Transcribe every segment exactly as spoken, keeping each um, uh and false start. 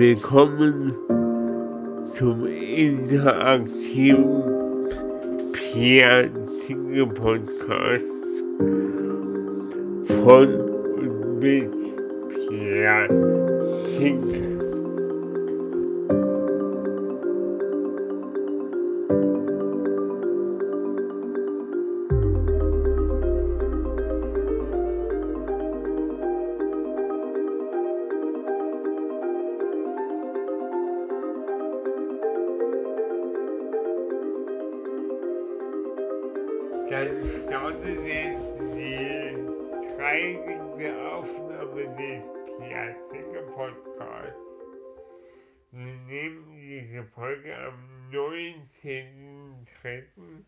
Willkommen zum interaktiven Pia Zinke Podcast von und mit Pia Zinke. Dann startet jetzt die dreißigste Aufnahme des Pia Zinke Podcasts. Wir nehmen diese Folge am neunzehnten dritten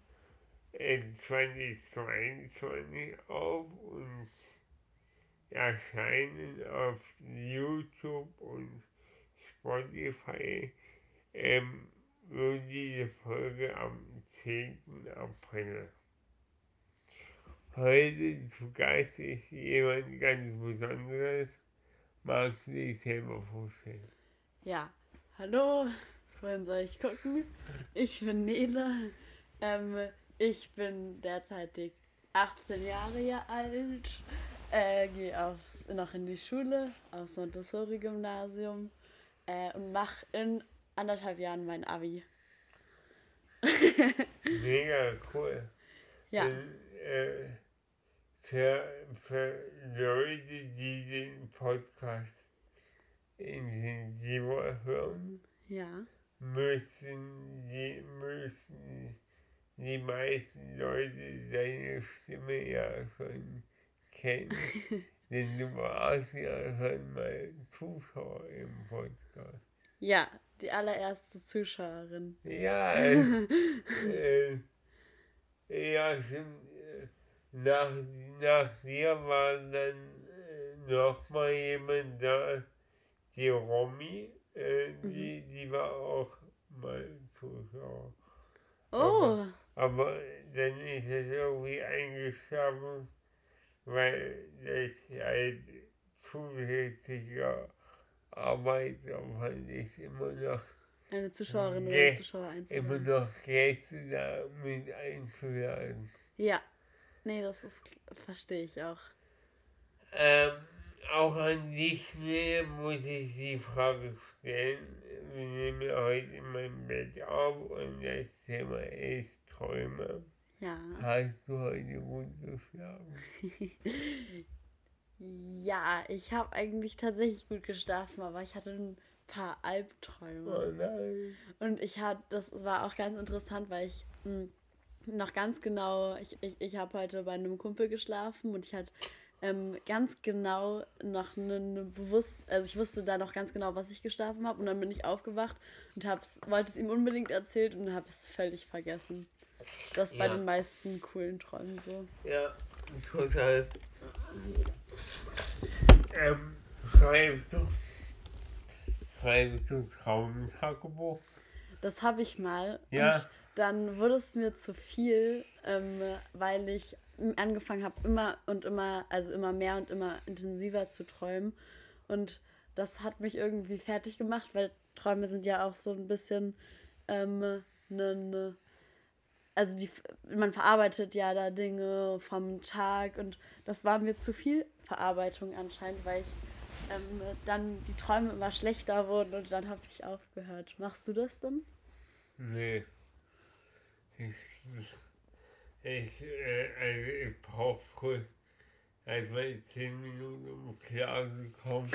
zweitausendzweiundzwanzig auf und erscheinen auf YouTube und Spotify. Ähm, nur diese Folge am zehnten April. Heute zu Gast ist jemand ganz Besonderes. Magst du dich selber vorstellen? Ja, hallo, wohin soll ich gucken? Ich bin Nele, ähm, ich bin derzeitig achtzehn Jahre alt, äh, gehe aufs, noch in die Schule, aufs Montessori-Gymnasium äh, und mache in anderthalb Jahren mein Abi. Mega cool. Ja. Und, äh, für, für Leute, die den Podcast intensiver hören, Ja. müssen die, müssen die meisten Leute deine Stimme ja schon kennen. Denn du warst ja schon mal Zuschauer im Podcast. Ja, die allererste Zuschauerin. Ja, äh, äh, ja, stimmt. Nach, nach dir war dann äh, nochmal jemand da, die Romy, äh, die, die war auch mal Zuschauer. Oh, Aber, aber dann ist es irgendwie eingeschlafen, weil das halt zusätzlicher Arbeitsaufwand ist, immer noch eine Zuschauerin oder Gä- ein Zuschauer immer einzuladen. noch Gäste da mit einzuladen. Ja, nee, das ist, verstehe ich auch. Ähm, auch an dich, Nele, muss ich die Frage stellen. Wir nehmen ja heute in meinem Bett auf und das Thema ist Träume. Ja. Hast du heute gut geschlafen? Ja, ich habe eigentlich tatsächlich gut geschlafen, aber ich hatte ein paar Albträume. Oh nein. Und ich hatte, das war auch ganz interessant, weil ich mh, noch ganz genau, ich, ich, ich habe heute bei einem Kumpel geschlafen und ich hatte ähm, ganz genau noch eine bewusst, also ich wusste da noch ganz genau, was ich geschlafen habe und dann bin ich aufgewacht und hab's, wollte es ihm unbedingt erzählt und habe es völlig vergessen. Das ist bei Ja. den meisten coolen Träumen so. Ja, total. Ähm, schreibst du, schreibst du Traumtagebuch? Das habe ich mal. Ja. Und dann wurde es mir zu viel, ähm, weil ich angefangen habe, immer und immer, also immer mehr und immer intensiver zu träumen. Und das hat mich irgendwie fertig gemacht, weil Träume sind ja auch so ein bisschen ähm, ne, ne, also die, man verarbeitet ja da Dinge vom Tag und das war mir zu viel Verarbeitung anscheinend, weil ich ähm, dann die Träume immer schlechter wurden und dann habe ich aufgehört. Machst du das dann? Nee. Ich, ich, äh, also ich brauche kurz erstmal zehn Minuten, um klar zu kommen.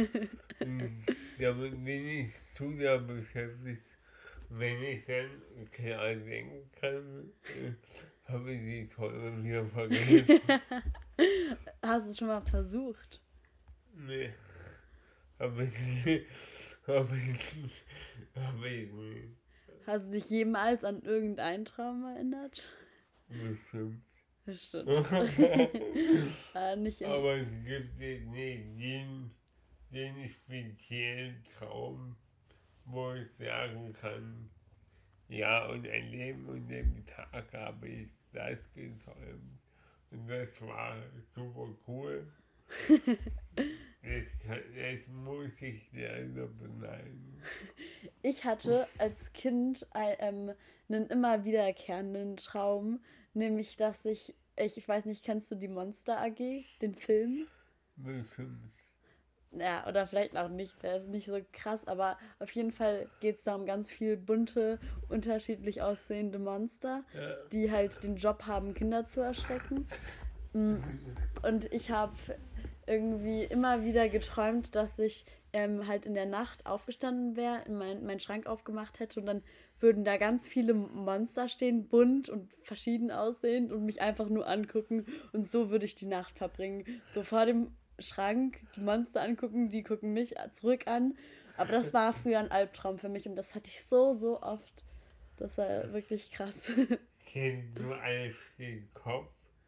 Damit bin ich zu sehr beschäftigt. Wenn ich dann klar denken kann, äh, habe ich die Träume wieder vergessen. Hast du es schon mal versucht? Nee. Aber ich nicht. Aber ich nicht. Aber ich nicht. Hast du dich jemals an irgendeinen Traum erinnert? Bestimmt. Bestimmt. äh, nicht in Aber es gibt den, nee, den, den speziellen Traum, wo ich sagen kann, ja, und an dem und dem Tag habe ich das geträumt. Und das war super cool. das, kann, das muss ich leider beneiden. Ich hatte als Kind ein, ähm, einen immer wiederkehrenden Traum, nämlich dass ich, ich, ich weiß nicht, kennst du die Monster A G, den Film? Bestimmt. Ja, oder vielleicht auch nicht, der ist nicht so krass, aber auf jeden Fall geht es da um ganz viel bunte, unterschiedlich aussehende Monster, Ja. die halt den Job haben, Kinder zu erschrecken. Mm, Und ich habe irgendwie immer wieder geträumt, dass ich ähm, halt in der Nacht aufgestanden wäre, mein, meinen Schrank aufgemacht hätte und dann würden da ganz viele Monster stehen, bunt und verschieden aussehend und mich einfach nur angucken und so würde ich die Nacht verbringen. So vor dem Schrank, die Monster angucken, die gucken mich zurück an. Aber das war früher ein Albtraum für mich und das hatte ich so, so oft. Das war wirklich krass. Kennst du Alf den Kopf?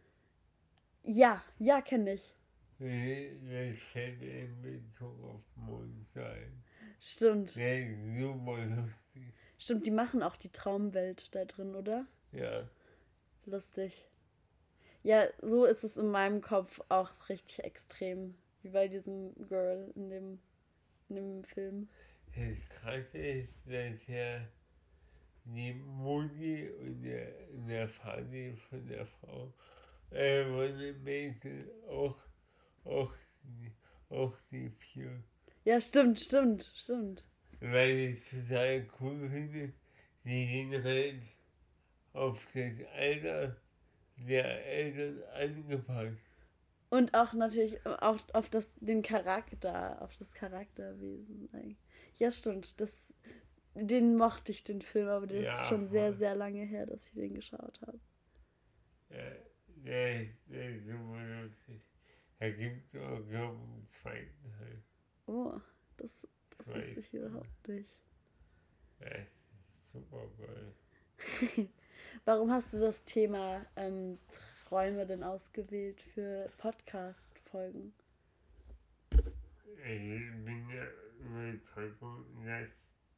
Ja, ja, kenne ich. Das fällt mir in Bezug auf Monster ein. Stimmt. Der ist super lustig. Stimmt, die machen auch die Traumwelt da drin, oder? Ja. Lustig. Ja, so ist es in meinem Kopf auch richtig extrem. Wie bei diesem Girl in dem, in dem Film. Das Krasse ist, dass ja die Mutti und der, der Vater von der Frau, äh, von dem Mädchen auch, auch, die- auch die vier. Ja, stimmt, stimmt, stimmt. Weil ich es total cool finde, die sind halt auf das Alter der Eltern angepasst. Und auch natürlich auch auf das, den Charakter, auf das Charakterwesen eigentlich. Ja, stimmt. Das, den mochte ich, den Film, aber der Ja, ist schon sehr, voll. sehr lange her, dass ich den geschaut habe. Ja, der ist, der ist super lustig. Da gibt es auch, glaube ich, einen zweiten Teil. Oh, das, das Ich wusste weiß ich überhaupt nicht. Ja, das ist super geil. Warum hast du das Thema ähm, Träume denn ausgewählt für Podcast-Folgen? Ich bin ja überzeugt, dass,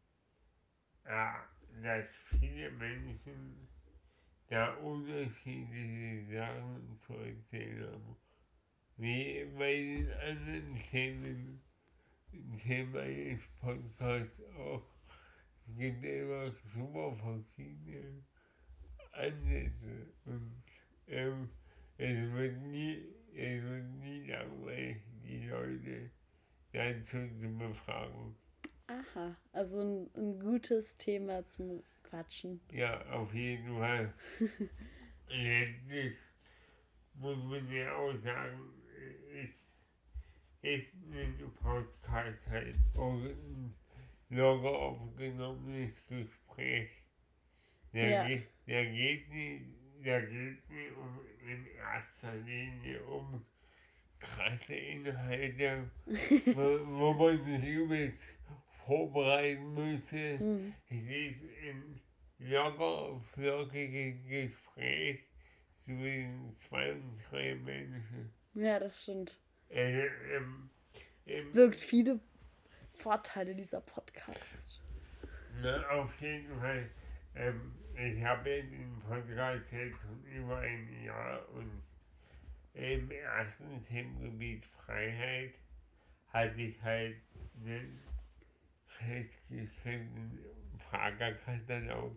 ja, dass viele Menschen da unterschiedliche Sachen zu erzählen haben. Wie bei den anderen Themen, Thema des Podcasts auch. Es gibt immer super verschiedene Ansätze und ähm, es wird nie, es wird nie langweilig, die Leute dazu zu befragen. Aha, also ein, ein gutes Thema zum Quatschen. Ja, auf jeden Fall. Letztlich muss man ja auch sagen, ist, ist ein Podcast halt auch ein locker aufgenommenes Gespräch. Der, Ja. geht, der geht nicht, der geht nicht um, in erster Linie um krasse Inhalte, wo, wo man sich übelst vorbereiten müsse. Hm. Es ist ein locker, flockiges Gespräch zwischen zwei und drei Menschen. Ja, das stimmt. Äh, ähm, Es ähm, birgt viele Vorteile, dieser Podcast. na, auf jeden Fall. Ähm, ich habe den Podcast jetzt schon über ein Jahr und im ersten Themengebiet Freiheit hatte ich halt einen festgeschriebenen Fragekatalog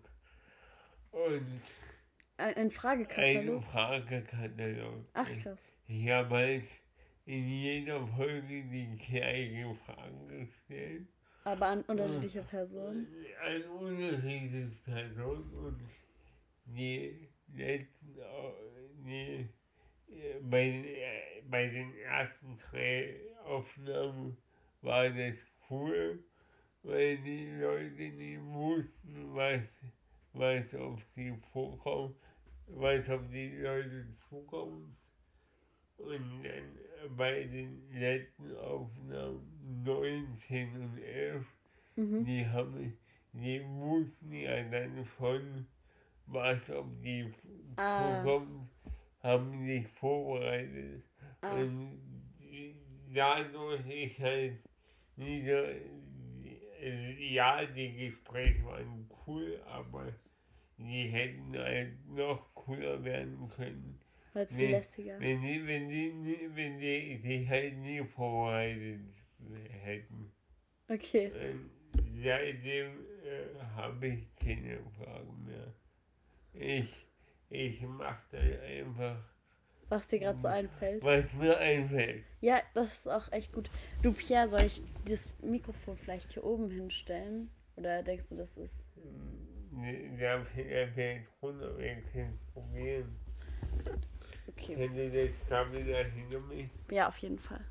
und Ein, ein einen Fragekatalog? Fragekatalog. Ach, Ich, krass. ich habe halt in jeder Folge die gleichen Fragen gestellt. Aber an unterschiedliche Personen. An unterschiedliche Personen und die letzten, die, bei, den, bei den ersten drei Aufnahmen war das cool, weil die Leute nicht wussten, was, was auf sie vorkommt, was auf die Leute zukommt. Und dann bei den letzten Aufnahmen neunzehn und elf, Mhm. die haben, die wussten ja dann schon, was auf die Ah. zukommt, haben sich vorbereitet. Ah. Und die, dadurch ist halt diese, die, ja, die Gespräche waren cool, aber die hätten halt noch cooler werden können, Weil es wenn, lässiger. wenn die, wenn die, nie- wenn die sich halt nie vorbereitet hätten. Okay. Ähm, Seitdem äh, habe ich keine Fragen mehr. Ich, ich mache dann einfach, Was dir gerade so einfällt. was mir einfällt. Ja, das ist auch echt gut. Du, Pierre, soll ich das Mikrofon vielleicht hier oben hinstellen? Oder denkst du, das ist... Da fällt runter, wir können es probieren. Okay. Könnt ihr das Kabel da hinter mich? Ja, auf jeden Fall.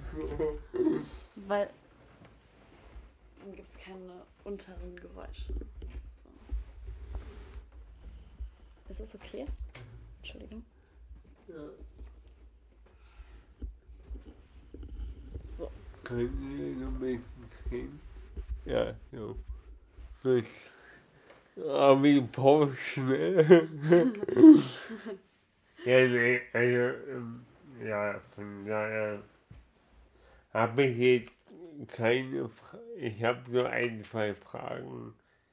Weil dann gibt es keine unteren Geräusche. So. Ist das okay? Entschuldigung. Ja. So. Könnt ihr noch ein bisschen sehen? Ja, so. Gut. Aber ich brauche schnell. Ja, nee, also, ähm, ja, von daher habe ich jetzt keine Fra Ich habe so ein, zwei Fragen,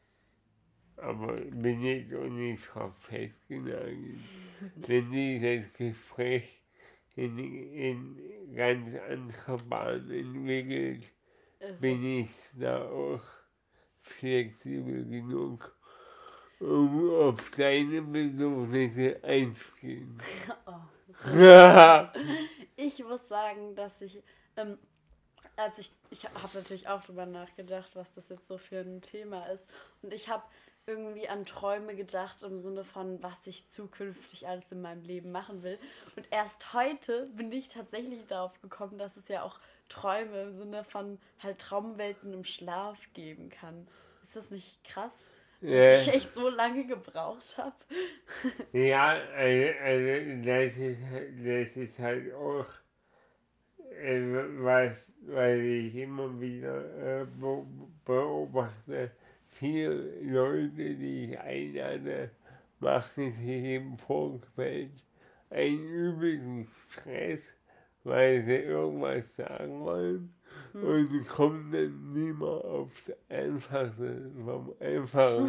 aber bin jetzt auch nicht drauf festgenagelt. Wenn dieses Gespräch in, in ganz andere Bahnen entwickelt, bin ich da auch flexibel genug, um auf deine Bedürfnisse einzugehen. Oh, ich muss sagen, dass ich, ähm, als ich, ich habe natürlich auch drüber nachgedacht, was das jetzt so für ein Thema ist. Und ich habe irgendwie an Träume gedacht im Sinne von, was ich zukünftig alles in meinem Leben machen will. Und erst heute bin ich tatsächlich darauf gekommen, dass es ja auch Träume im Sinne von halt Traumwelten im Schlaf geben kann. Ist das nicht krass? Dass Ja. ich echt so lange gebraucht habe. Ja, also, also das, ist, halt- das ist halt auch äh, was, weil ich immer wieder äh, be beobachte, viele Leute, die ich einlade, machen sich im Vorfeld einen übelsten Stress, weil sie irgendwas sagen wollen Hm. und kommen dann nie mal aufs Einfachste vom Einfachen.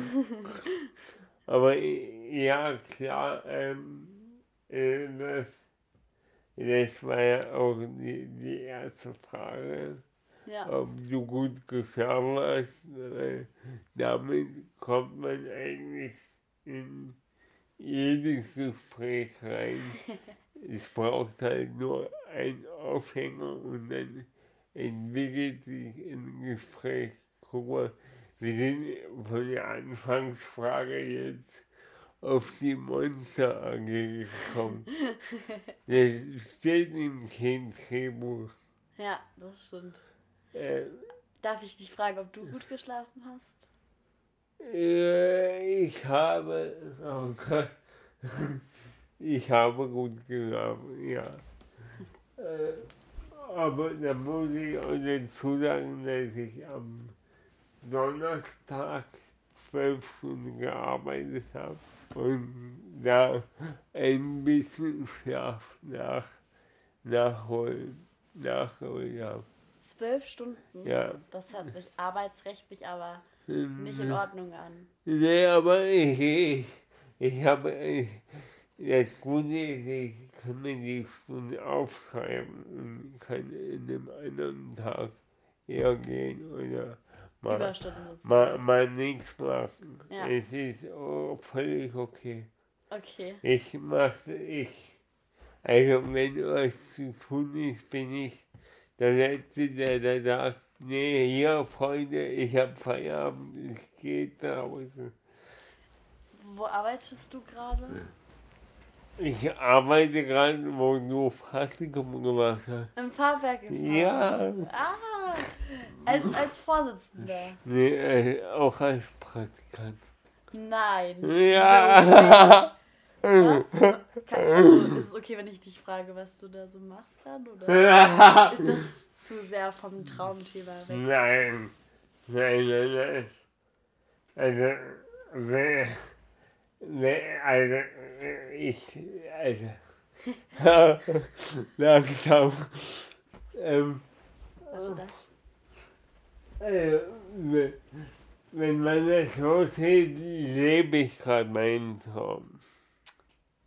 Aber äh, ja, klar, ähm, äh, das, das war ja auch die, die erste Frage, Ja. ob du gut geschlafen hast. Weil damit kommt man eigentlich in jedes Gespräch rein. Es braucht halt nur einen Aufhänger und dann entwickelt sich ein Gespräch. Guck mal, wir sind von der Anfangsfrage jetzt auf die Monster A G gekommen. Das steht im Kind-Drehbuch. Ja, das stimmt. Äh, Darf ich dich fragen, ob du gut geschlafen hast? äh, ich habe, oh Gott, ich habe gut geschlafen, ja. Äh, aber da muss ich auch dazu sagen, dass ich am Donnerstag zwölf Stunden gearbeitet habe und da ein bisschen Schlaf nach, nachholen, nachholen habe. Zwölf Stunden? Ja. Das hört sich arbeitsrechtlich aber nicht in Ordnung an. Nee, aber ich, ich, ich habe, ich, das Gute ist, ich kann mir die Stunde aufschreiben und kann in einem anderen Tag eher gehen oder mal, Überstunden sozusagen. mal, mal nichts machen. Ja. Es ist oh, völlig okay. Okay. Ich mache, ich, also wenn was zu tun ist, bin ich der Letzte, der da sagt, nee, hier, Freunde, ich habe Feierabend, es geht nach Hause. Wo arbeitest du gerade? Ich arbeite gerade, wo du Praktikum gemacht hast. Im Fahrwerk in Fahrwerk. Ja. Ah, als, als Vorsitzender. Nee, äh, auch als Praktikant. Nein. Ja. Was? Kann, also, ist es okay, wenn ich dich frage, was du da so machst gerade? Oder ist das zu sehr vom Traumthema weg? Nein. Nein, nein, nein. Also, wer, wer, also, ich, also, langsam, ähm, Warte, da. also, wenn- wenn man das so sieht, lebe ich gerade meinen Traum. Oh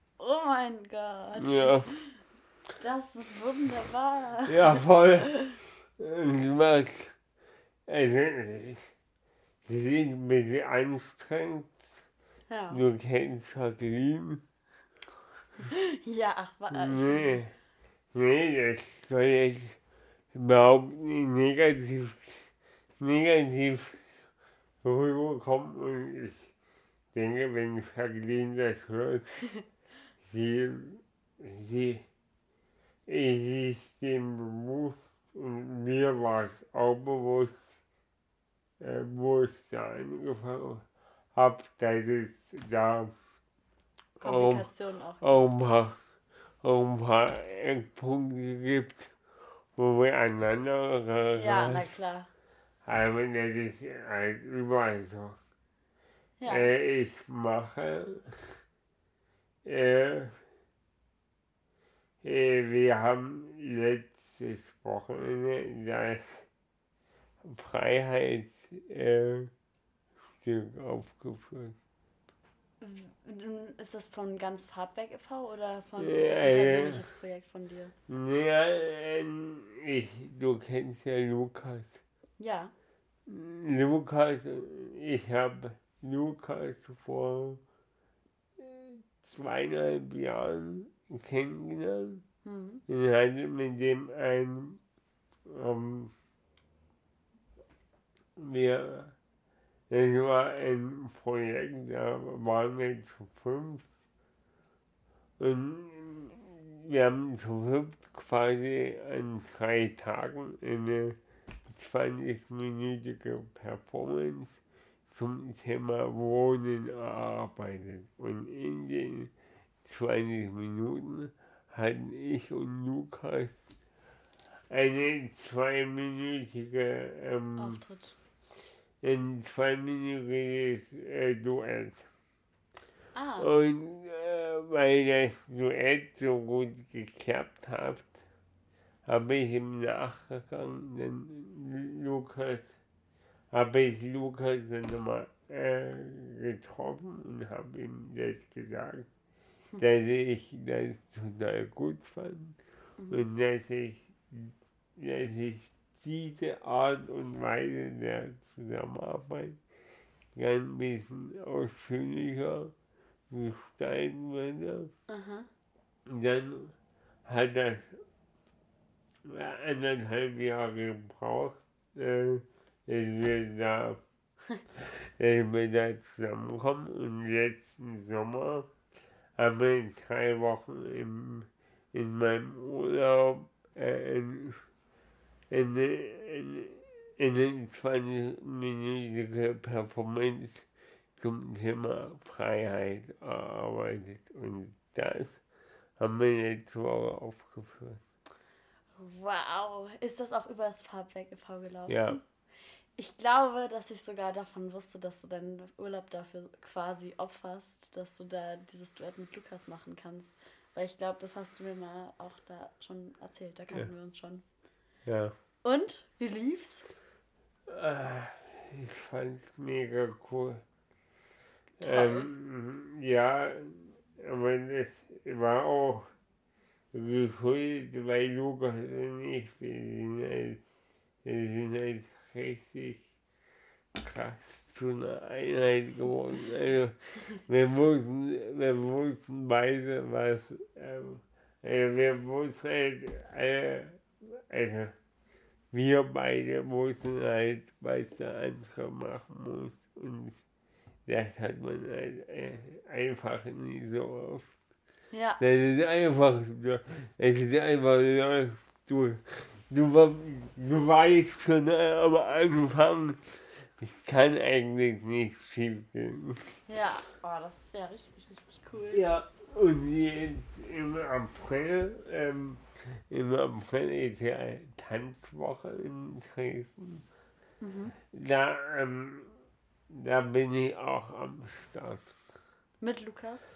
mein Gott. Ja. Das ist wunderbar. Ja, voll. Und ich mag, also, sie sind ein bisschen anstrengend. Ja. Du kennst Jacqueline. Ja, ach, wa- Nee, nee, das soll jetzt überhaupt nicht negativ, negativ rüberkommen. Und ich denke, wenn Jacqueline das hört, sie, sie, sie ist dem bewusst und mir war es auch bewusst, äh, wo ich da angefangen habe, dass es da auch, Kommunikation auch. auch, ein paar, auch ein paar Eckpunkte gibt, wo wir einander äh, Ja, na klar. aber das ist halt überall so. Ja. Äh, ich mache, äh, äh, wir haben letztes Wochenende das Freiheitsstück äh, Stück aufgeführt. Ist das von ganz Farbwerk e V oder von, ist Ja, das ein ja. persönliches Projekt von dir? Ja, äh, ich, du kennst ja Lukas. Ja. Lukas, ich habe Lukas vor zweieinhalb Jahren kennengelernt. Hm. Ich hatte mit dem ein, ähm, wir, das war ein Projekt, da waren wir zu fünf und wir haben zu fünf quasi an drei Tagen eine zwanzig-minütige Performance zum Thema Wohnen erarbeitet. Und in den zwanzig Minuten hatten ich und Lukas eine zweiminütige, ähm, Auftritt. ein zweiminütiges äh, Duett. Ah. Und äh, weil das Duett so gut geklappt hat, habe ich im Nachgang den Lukas, habe ich Lukas dann nochmal äh, getroffen und habe ihm das gesagt, dass ich das total gut fand Mhm. und dass ich, dass ich diese Art und Weise der Zusammenarbeit gern ein bisschen ausführlicher gestalten würde. Aha. Und dann hat das anderthalb Jahre gebraucht, äh, dass wir da, dass wir da zusammenkommen. Und letzten Sommer haben wir drei Wochen im, in meinem Urlaub äh, in, in, in, in eine zwanzig-minütige Performance zum Thema Freiheit erarbeitet. Und das haben wir letzte Woche aufgeführt. Wow. Ist das auch über das Farbwerk e V gelaufen? Ja. Ich glaube, dass ich sogar davon wusste, dass du deinen Urlaub dafür quasi opferst, dass du da dieses Duett mit Lukas machen kannst. Weil ich glaube, das hast du mir mal auch da schon erzählt. Da kannten Ja. wir uns schon. Ja. Und? Wie lief's? Äh, ich fand's mega cool. Toll. Ähm, ja, aber das war auch geschuldet, weil Lukas und ich, wir sind halt, wir sind halt richtig krass zu einer Einheit geworden. Also wir wussten, wir wussten beide, was, ähm, also wir wussten halt, äh, also wir beide wussten halt, was der andere machen muss. Und das hat man halt äh, einfach nie so oft. Ja. Das ist einfach, es ist einfach, du, du, du weißt schon am Anfang, es kann eigentlich nicht schief gehen. Ja. Oh, das ist ja richtig, richtig cool. Ja, und jetzt im April, ähm, im April ist ja Tanzwoche in Dresden. Mhm. Da, ähm, da bin ich auch am Start. Mit Lukas?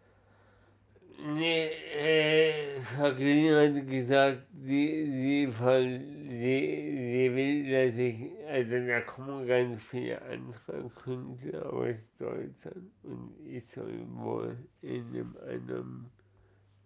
Nee, äh, Jacqueline hat gesagt, sie, sie, voll, sie, sie will, dass ich, also da kommen ganz viele andere Künstler aus Deutschland und ich soll wohl in einem anderen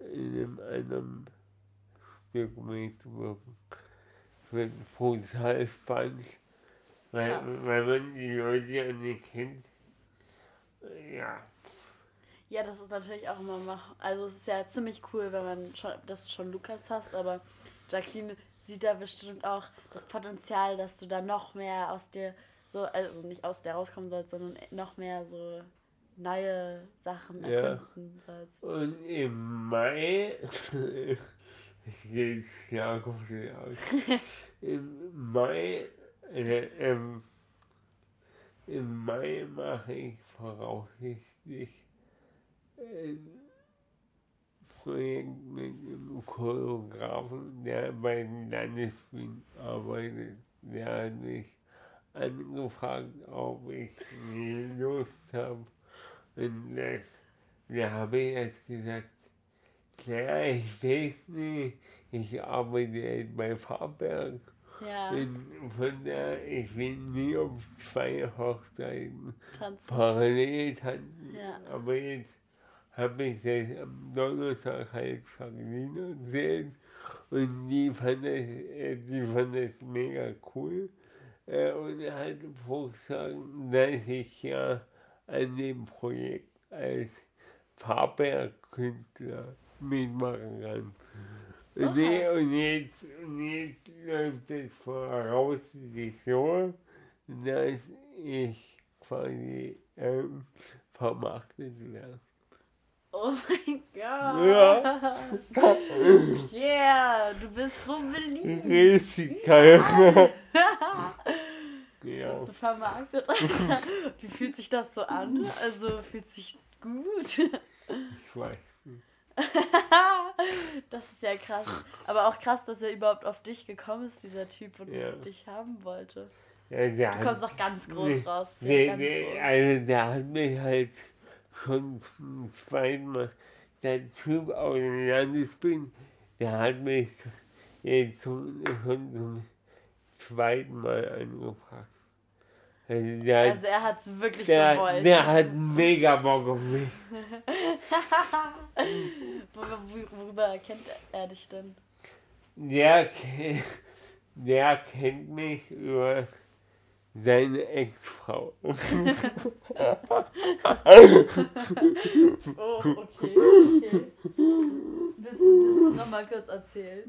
in einem anderen Stück mitzuwirken. Ich finde es total spannend, weil, Krass. weil man die Leute ja nicht kennt. Ja. Ja, das ist natürlich auch immer mach. Also es ist ja ziemlich cool, wenn man schon, dass du schon Lukas hast, aber Jacqueline sieht da bestimmt auch das Potenzial, dass du da noch mehr aus dir so, also nicht aus dir rauskommen sollst, sondern noch mehr so neue Sachen Ja. erkunden sollst. Und im Mai, ich gehe jetzt schlagkräftig aus, im Mai, äh, ähm, im Mai mache ich voraussichtlich ein Projekt mit einem Choreografen, der bei den Landesbühnen arbeitet. Der hat mich angefragt, ob ich Lust habe. Und das, da habe ich jetzt gesagt, klar, ich weiß nicht, ich arbeite jetzt bei Farbwerk. Ja, Und von daher, ich will nie auf zwei Hochzeiten tanzen. parallel tanzen. Ja. Aber jetzt habe ich das am Donnerstag halt Jacqueline erzählt und die fand das, äh, die fand das mega cool. Äh, und er hat vorgeschlagen, dass ich ja an dem Projekt als Farbwerkkünstler mitmachen kann. Und, je- und, jetzt, und jetzt läuft es voraussichtlich so, dass ich quasi ähm, vermarktet werde. Oh mein Gott. Ja. Yeah, du bist so beliebt. Richtig geil. Jetzt Ja. bist du vermarktet, Alter. Wie fühlt sich das so an? Also fühlt sich gut. Ich weiß nicht. Das ist ja krass. Aber auch krass, dass er überhaupt auf dich gekommen ist, dieser Typ, und Ja. dich haben wollte. Ja, der Du kommst doch ganz groß nee, raus. Björn, Nee, ganz nee, groß. also der hat mich halt schon zum zweiten Mal, der Typ aus dem Landesbühnen, der hat mich jetzt zum, schon zum zweiten Mal angefragt. Also der, Also er hat es wirklich der, gewollt. der hat mega Bock auf mich. Worüber, worüber kennt er dich denn? Der, ke- der kennt mich über seine Ex-Frau. Oh, okay, okay. Willst du das nochmal kurz erzählen?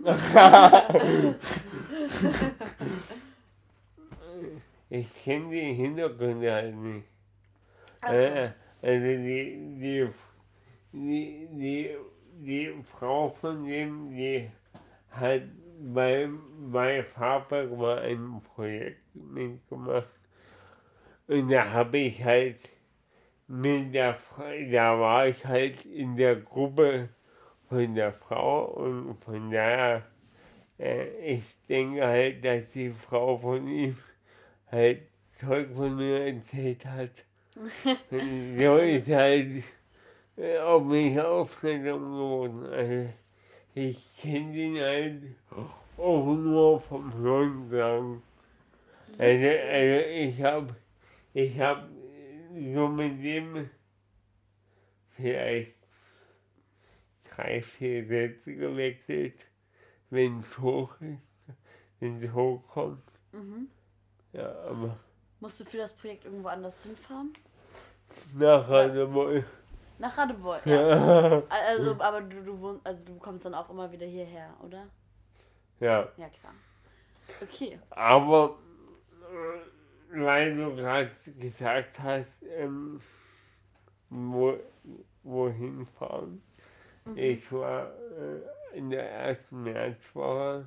Ich kenne die Hintergründe halt nicht. Achso. Äh, also die, die, die, die, die Frau von dem, die hat bei, bei Fahrwerk mal ein Projekt mitgemacht. Und da habe ich halt mit der Frau, da war ich halt in der Gruppe von der Frau und von daher, äh, ich denke halt, dass die Frau von ihm halt Zeug von mir erzählt hat. Und so ist halt äh, auf mich aufmerksam geworden. Also ich kenne den halt auch nur vom Hören sagen. Also, Lustig. also ich habe ich hab so mit dem vielleicht drei, vier Sätze gewechselt, wenn es hoch ist, wenn es hochkommt. Mhm. Ja, aber Musst du für das Projekt irgendwo anders hinfahren? nachher mal. Nach Radebeul, ja. Also, aber du, du wohnst, also du kommst dann auch immer wieder hierher, oder? Ja, Ja, klar. Okay. aber äh, weil du gerade gesagt hast, ähm, wo, wohin fahren. Mhm. Ich war äh, in der ersten Märzwoche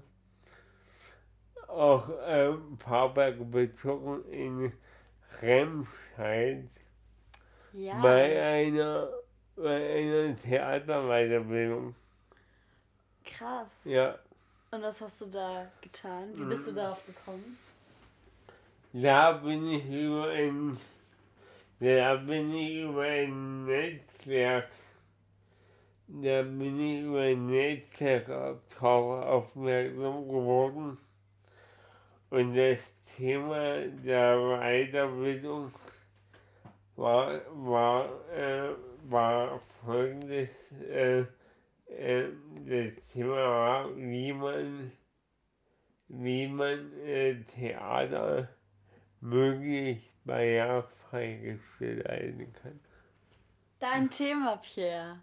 auch ähm, Fahrberg bezogen in Remscheid Ja. bei einer, bei einer Theaterweiterbildung. Krass. Ja, Und was hast du da getan? Wie bist du Mhm. darauf gekommen? da bin ich über ein, da bin ich über ein Netzwerk, da bin ich über ein Netzwerk darauf aufmerksam geworden. Und das Thema der Weiterbildung war, war, äh, war folgendes. Äh, äh, das Thema war, wie man, wie man äh, Theater möglichst barrierefrei gestalten kann. Dein Thema, Pierre.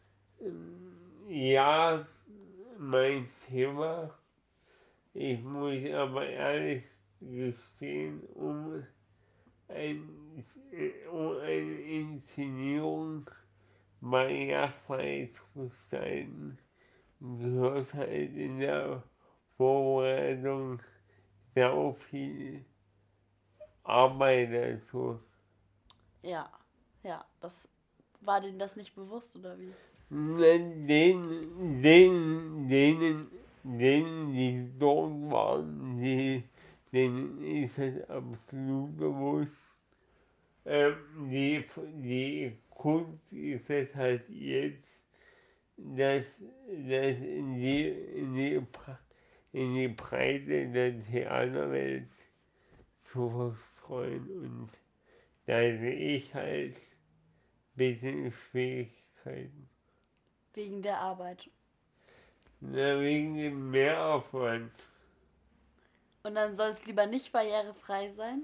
Ja, mein Thema. Ich muss aber ehrlich gestehen, um, ein, um eine Inszenierung barrierefrei zu gestalten, gehört halt in der Vorbereitung sehr viel Arbeit dazu. Ja, ja, das war denen das nicht bewusst, oder wie? Den, den, denen, denen, die dort waren, die, denen ist es absolut bewusst. Ähm, die, die Kunst ist es halt jetzt, das, das in, die, in, die, in die Breite der Theaterwelt zu verstreuen. Und da sehe ich halt ein bisschen Schwierigkeiten. Wegen der Arbeit. Na, wegen dem Mehraufwand. Und dann soll es lieber nicht barrierefrei sein?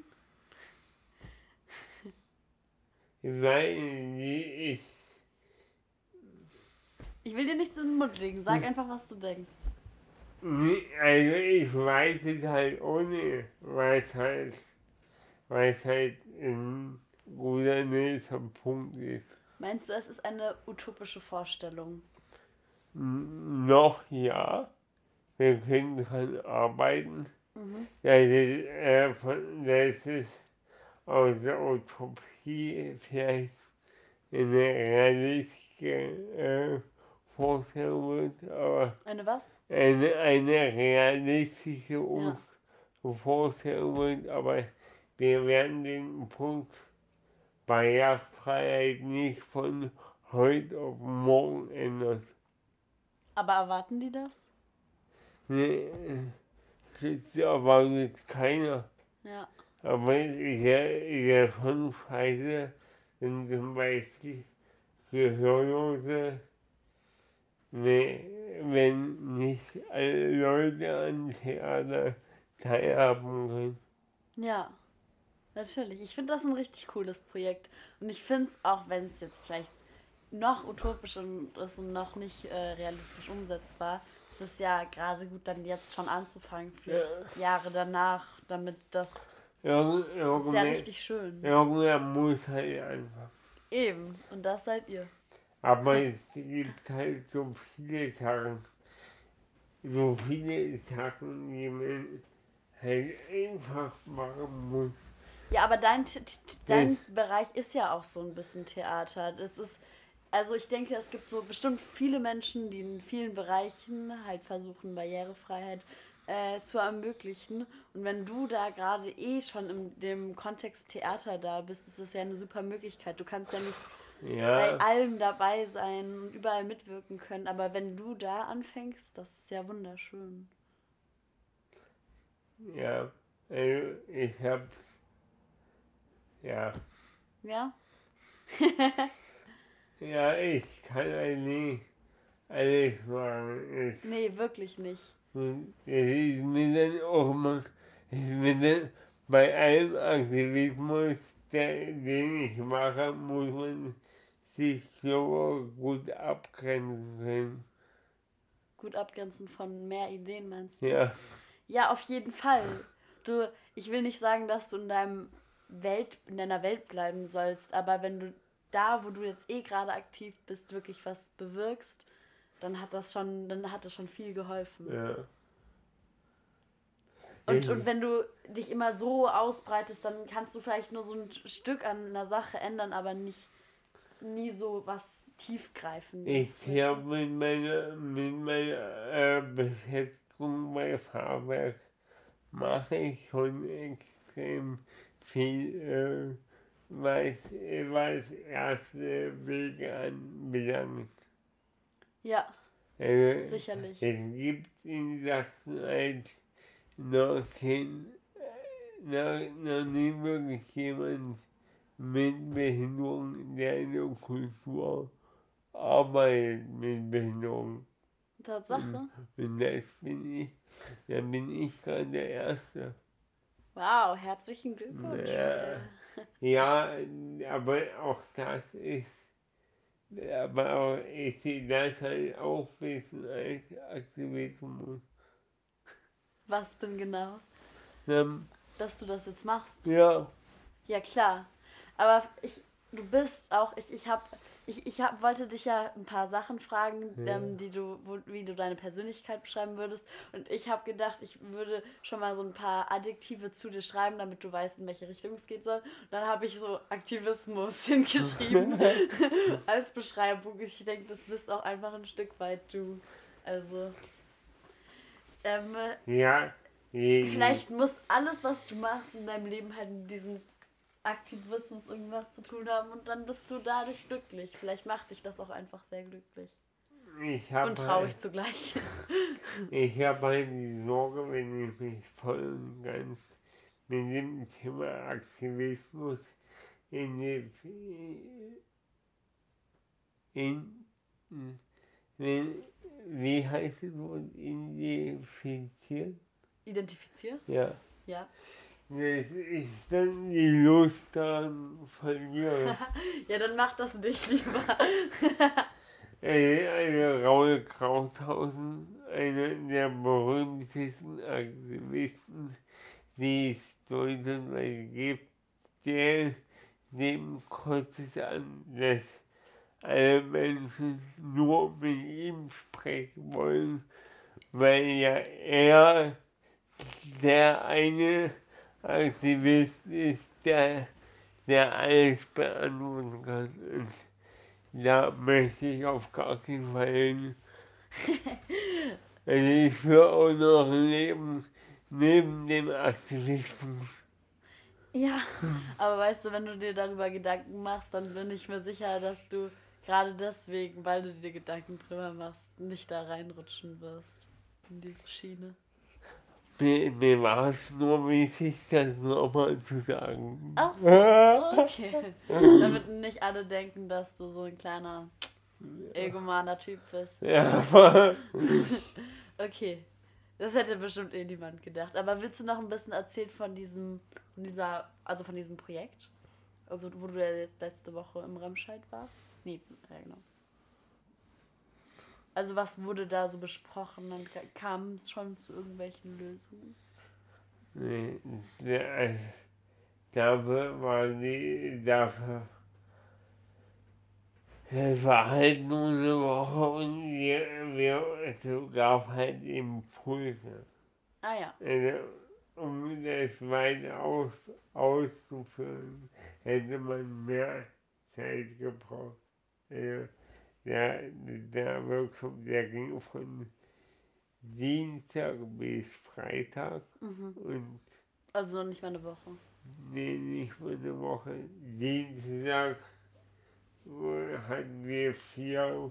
Weil ich. Ich will dir nichts in den Mund legen. Sag einfach, was du denkst. Also ich weiß es halt ohne, weil es halt, weil es halt ein guter nächster Punkt ist. Meinst du, es ist eine utopische Vorstellung? Noch ja. Wir können dran arbeiten. Mhm. Ja, das, äh, von, das ist aus der Utopie vielleicht eine realistische äh, Vorstellung wird, aber Eine was? eine, eine realistische Ja. Vorstellung wird, aber wir werden den Punkt Barrierefreiheit nicht von heute auf morgen ändern. Aber erwarten die das? Nee, das erwartet keiner. Ja. Aber der, der von Scheiße sind zum Beispiel Gehörlose, nee, wenn nicht alle Leute an Theater teilhaben können. Ja, natürlich. Ich finde das ein richtig cooles Projekt. Und ich finde es, auch wenn es jetzt vielleicht noch utopisch ist und noch nicht äh, realistisch umsetzbar, ist es ja gerade gut, dann jetzt schon anzufangen für Ja. Jahre danach, damit das, Irgend, das ist ja irgendwer, richtig schön. irgendwer muss halt einfach. Eben, und das seid ihr. Aber es gibt halt so viele Sachen, so viele Sachen, die man halt einfach machen muss. Ja, aber dein, T- T- dein Bereich ist ja auch so ein bisschen Theater. Das ist, also ich denke, es gibt so bestimmt viele Menschen, die in vielen Bereichen halt versuchen, Barrierefreiheit äh, zu ermöglichen. Und wenn du da gerade eh schon in dem Kontext Theater da bist, ist das ja eine super Möglichkeit. Du kannst ja nicht Ja, bei allem dabei sein und überall mitwirken können. Aber wenn du da anfängst, das ist ja wunderschön. ja, also ich hab's, ja, Ja? ja, ich kann halt nicht alles machen. Es, Nee, wirklich nicht. es ist mir dann auch mal, es ist mir dann bei allem Aktivismus, der, den ich mache, muss man sich so gut abgrenzen können. Gut abgrenzen von mehr Ideen, meinst du? Ja, Ja, auf jeden Fall. Du, ich will nicht sagen, dass du in deinem Welt, in deiner Welt bleiben sollst, aber wenn du da, wo du jetzt eh gerade aktiv bist, wirklich was bewirkst, dann hat das schon, dann hat das schon viel geholfen. ja. Und, und wenn du dich immer so ausbreitest, dann kannst du vielleicht nur so ein Stück an einer Sache ändern, aber nicht nie so was tiefgreifendes. Ich habe mit meiner, mit meiner äh, Beschäftigung bei Fahrwerk mache ich schon extrem viel, äh, was, was erste Wege anbelangt. Ja, Also, sicherlich. es gibt in Sachsen halt noch, kein, noch, noch nie wirklich jemand mit Behinderung, der in der Kultur arbeitet mit Behinderung. Tatsache? Und das bin ich, da bin ich gerade der Erste. Wow, herzlichen Glückwunsch. Ja, ja, aber auch das ist, aber auch, ich sehe das halt auch ein bisschen als Aktivismus. Was denn genau? Ähm, Dass du das jetzt machst? ja. Ja, klar. Aber ich, du bist auch, ich, ich hab, ich, ich hab, wollte dich ja ein paar Sachen fragen, Ja. ähm, die du, wo, wie du deine Persönlichkeit beschreiben würdest. Und ich habe gedacht, ich würde schon mal so ein paar Adjektive zu dir schreiben, damit du weißt, in welche Richtung es gehen soll. Und dann habe ich so Aktivismus hingeschrieben als Beschreibung. Ich denke, das bist auch einfach ein Stück weit du. Also, ähm, Ja. je- vielleicht muss alles, was du machst in deinem Leben, halt mit diesem Aktivismus irgendwas zu tun haben und dann bist du dadurch glücklich. Vielleicht macht dich das auch einfach sehr glücklich. Ich hab Und traurig halt, zugleich. ich habe halt die Sorge, wenn ich mich voll und ganz mit dem Thema Aktivismus in die, in, in, wie heißt es wohl, identifiziert? Identifizier? Ja. Ja. Dass ich dann die Lust daran verliere. Ja, dann mach das nicht lieber. Eine, eine Raul Krauthausen, einer der berühmtesten Aktivisten, die es deutschlandweit gibt, der dem kurzes an, dass alle Menschen nur mit ihm sprechen wollen, weil ja er der eine Aktivist ist, der, der alles beantworten kann. Und da möchte ich auf gar keinen Fall hin. Also ich will auch noch leben neben dem Aktivismus. Ja, aber weißt du, wenn du dir darüber Gedanken machst, dann bin ich mir sicher, dass du gerade deswegen, weil du dir Gedanken drüber machst, nicht da reinrutschen wirst in diese Schiene. Mir, mir war es nur wichtig, das nochmal zu sagen. Ach so, okay. Damit nicht alle denken, dass du so ein kleiner egomaner Typ bist. Ja, aber Okay, das hätte bestimmt eh niemand gedacht. Aber willst du noch ein bisschen erzählen von diesem, von dieser, also von diesem Projekt? Also wo du ja jetzt letzte Woche im Remscheid warst? Nee, ja genau. Also was wurde da so besprochen? Dann ka- kam es schon zu irgendwelchen Lösungen? nee, der, dafür war die, dafür, es war halt nur eine Woche und wir, wir, es gab halt Impulse. Ah ja. Also, um das weiter aus, auszuführen, hätte man mehr Zeit gebraucht. Also, der, der Workshop, der ging von Dienstag bis Freitag Mhm. und Also noch nicht mal eine Woche. nee, nicht mal eine Woche. Dienstag äh, hatten wir vier,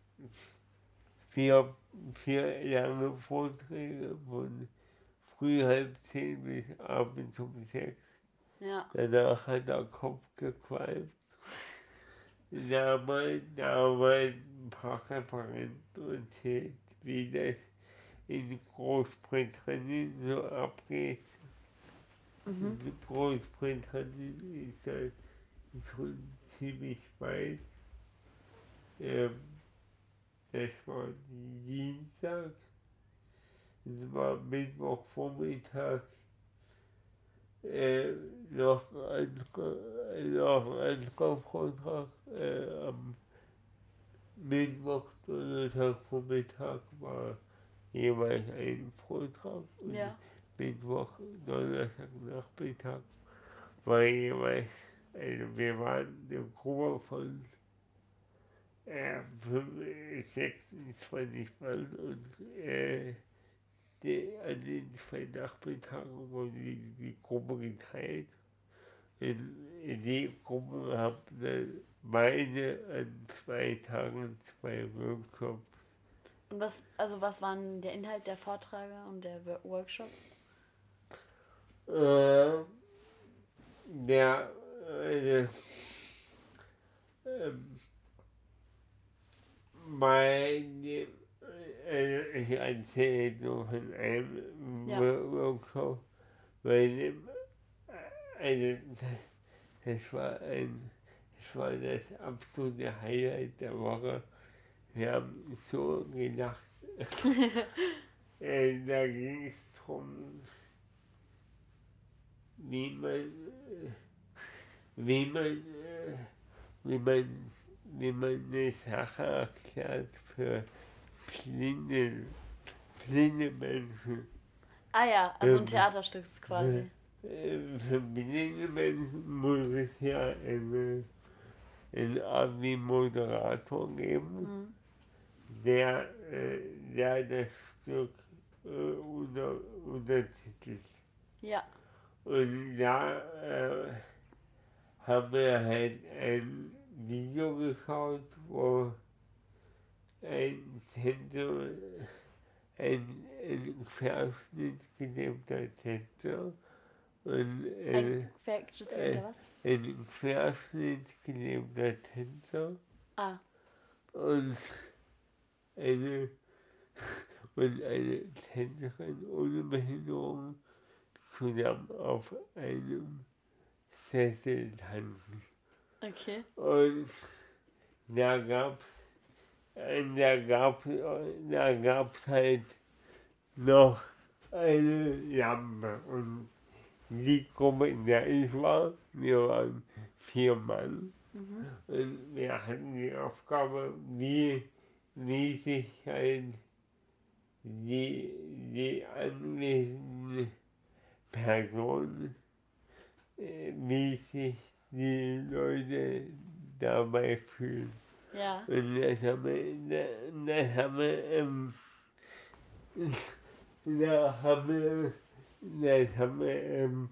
vier, vier lange Vorträge von früh halb zehn bis abends um sechs. Ja. Danach hat der Kopf gequalmt. Da haben wir, da haben wir ein paar Referenten erzählt, wie das in Großbritannien so abgeht. Mhm. In Großbritannien ist das schon ziemlich weit. Ähm, das war Dienstag, das war Mittwochvormittag. Äh, noch ein anderer, noch ein anderer Vortrag äh, am Mittwoch, Donnerstag, Vormittag war jeweils ein Vortrag und Ja. Mittwoch, Donnerstag, Nachmittag war jeweils, also wir waren eine Gruppe von äh, sechsundzwanzig Mann und äh, die, an den zwei Nachmittagen wurde die, die Gruppe geteilt. In, in die Gruppe haben dann beide an zwei Tagen zwei Workshops. Und was, also was waren der Inhalt der Vorträge und der Wo- Workshops? Äh, der, äh, ähm, bei dem, äh, ich erzähle so von einem Ja. Workshop, bei dem, also das, das war ein, das war das absolute Highlight der Woche. Wir haben so gelacht. äh, da ging es darum, wie man, äh, wie man, äh, wie man, wie man eine Sache erklärt für blinde, blinde Menschen. Ah ja, also ein Ähm, Theaterstück quasi. Äh, Für blinde Menschen muss es ja eine, eine Art wie Moderator geben, Mhm. der, äh, der das Stück äh, unter, untertitelt. Ja. Und da äh, haben wir halt ein Video geschaut, wo ein Tänzer, ein, ein Querschnitt gelebter Tänzer und Ein äh, querschnittsgelähmter was? ein Querschnitt gelebter Tänzer Ah, und eine, und eine Tänzerin ohne Behinderung zusammen auf einem Sessel tanzen. okay. Und da gab's, äh, da gab, da gab's halt noch eine Lampe und die Gruppe, in der ich war, wir waren vier Mann Mhm. und wir hatten die Aufgabe, wie, wie sich halt die, die anwesenden Personen, äh, wie sich die Leute dabei fühlen. Ja. Und das haben wir, da- das haben wir, ähm, da haben wir, das haben wir, ähm,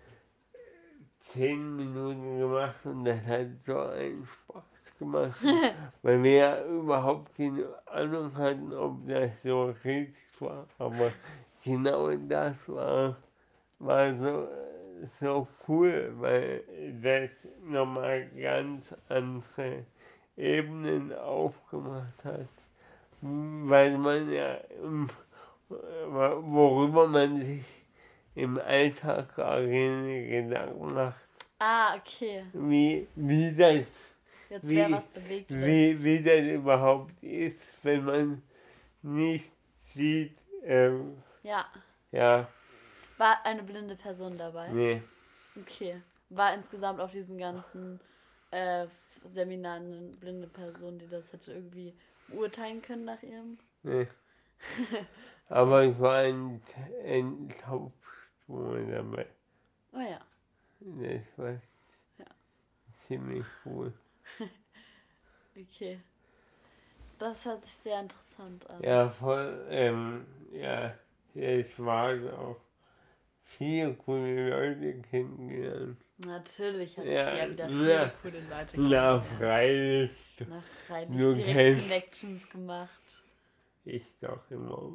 zehn Minuten gemacht und das hat so einen Spaß gemacht, weil wir ja überhaupt keine Ahnung hatten, ob das so richtig war, aber genau das war, war so, so cool, weil das nochmal ganz andere Ebenen aufgemacht hat, weil man ja, im- worüber man sich im Alltag gar keine Gedanken macht, Ah, okay. wie, wie das, Jetzt wie, wäre was bewegt wird. wie, wie das überhaupt ist, wenn man nicht sieht, ähm, Ja. ja, War eine blinde Person dabei? nee, Okay. War insgesamt auf diesem ganzen äh, Seminar eine blinde Person, die das hätte irgendwie beurteilen können nach ihrem? nee. Aber ich war ein, ein Taubstuhl dabei. Oh ja. Das war Ja. ziemlich cool. Okay. Das hört sich sehr interessant an. Ja, voll, ähm, ja, es war auch viele coole Leute kennengelernt. Natürlich hat Ja, Pierre wieder na, viele coole Leute Na, kennengelernt. freilich. Na, freilich Du direkt kennst- Connections gemacht. Ich doch immer.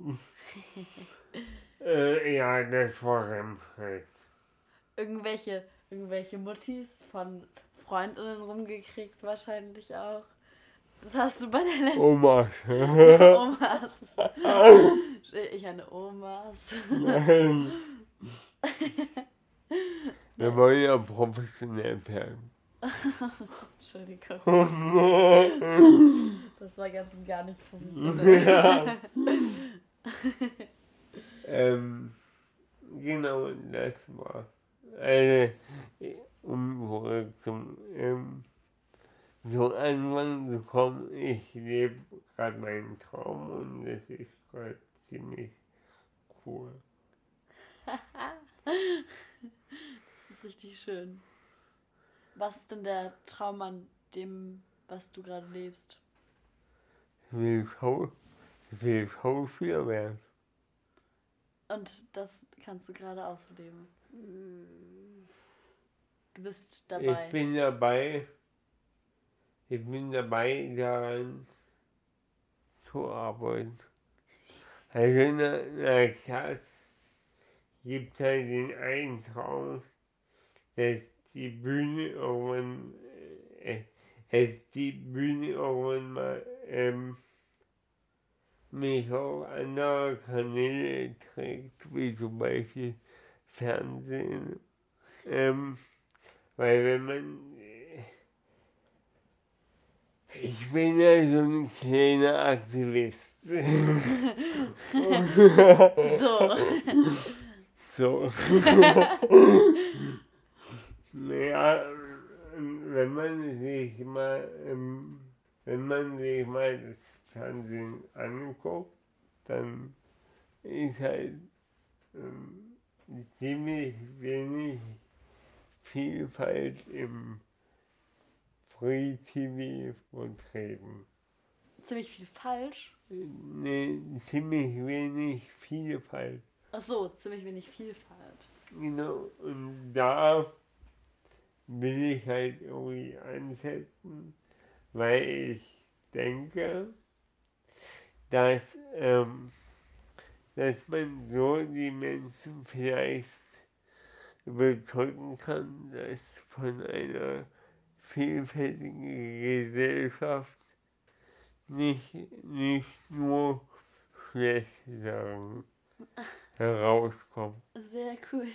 äh, ja, das war Remscheid. Irgendwelche, irgendwelche Muttis von Freundinnen rumgekriegt wahrscheinlich auch. Das hast du bei der letzten Omas. Omas. Ich eine Omas. Nein. Wir wollen ja professionell werden. Entschuldigung. Das war ganz und gar nicht professionell. Ja. ähm, genau, das war eine, um zurück zum ähm, zum Anfang zu kommen. Ich lebe gerade meinen Traum und das ist gerade ziemlich cool. Das ist richtig schön. Was ist denn der Traum an dem, was du gerade lebst? Ich will, Schau ich will Schauspieler werden. Und das kannst du gerade ausleben. Du bist dabei. Ich bin dabei, ich bin dabei, daran zu arbeiten. Also in der, in der Klasse gibt halt den einen Traum, dass die Bühne irgendwann, äh, dass die Bühne irgendwann mal ähm, mich auf andere Kanäle trägt, wie zum Beispiel Fernsehen. Ähm, weil wenn man, ich bin ja so ein kleiner Aktivist. So. So. Naja, wenn man sich mal, ähm, wenn man sich mal das Fernsehen anguckt, dann ist halt ähm, ziemlich wenig Vielfalt im Free-T V vertreten. Ziemlich viel falsch. Nee, ziemlich wenig Vielfalt. Ach so, ziemlich wenig Vielfalt. Genau, und da will ich halt irgendwie ansetzen, weil ich denke, dass, ähm, dass man so die Menschen vielleicht überzeugen kann, dass von einer vielfältigen Gesellschaft nicht, nicht nur schlechte Sachen herauskommen. Sehr cool.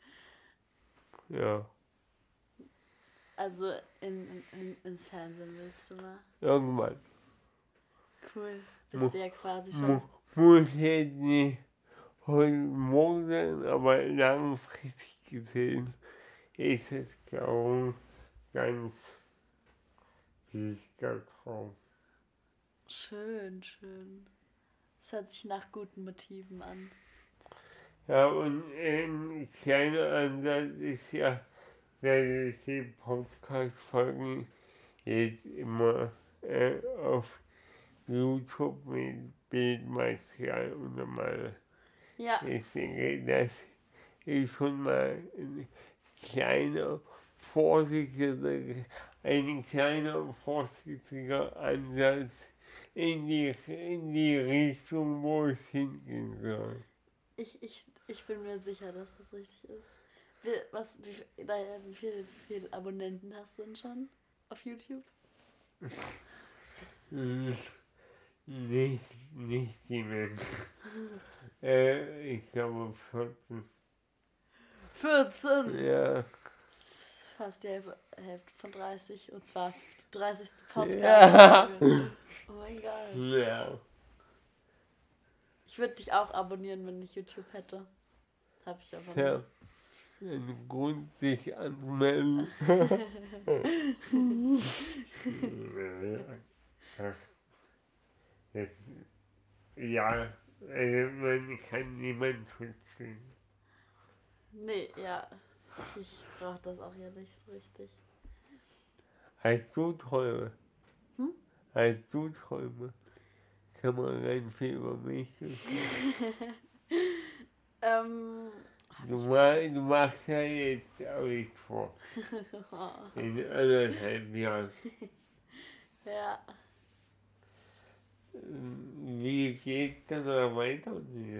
Ja. Also in, in, ins Fernsehen willst du mal? Irgendwann. Cool. Bist du ja quasi schon. Mu muss jetzt nicht heute Morgen sein, aber langfristig gesehen ist es, glaube ich, ganz wichtiger Traum. Schön, schön. Das hört sich nach guten Motiven an. Ja, und ein kleiner Ansatz ist ja, dass ich die Podcast-Folgen jetzt immer äh, auf YouTube mit Bildmaterial untermale. Ja. Ich denke, das ist schon mal ein kleiner, vorsichtiger, ein kleiner, vorsichtiger Ansatz in die, in die Richtung, wo es hingehen soll. Ich, ich, ich bin mir sicher, dass das richtig ist. Wie, was, wie, naja, wie viele wie viel Abonnenten hast du denn schon auf YouTube? Nicht, nicht die Menschen. äh, ich glaube vierzehn. vierzehn? Ja. Das ist fast die Hälfte, Hälfte von dreißig. Und zwar die dreißigste Podcast. Ja. Oh mein Gott. Ja. Ich würde dich auch abonnieren, wenn ich YouTube hätte. Hab ich aber Ja. nicht. Ein Grund, sich anzumelden. Ja, also man kann niemanden zwingen. Nee, ja. Ich brauche das auch hier nicht so richtig. Hast du Träume? Hm? Hast du Träume? Kann man rein viel über mich ähm, du, mach, du machst ja jetzt auch nicht vor. In anderthalb Jahren. Ja. Wie geht dann noch weiter?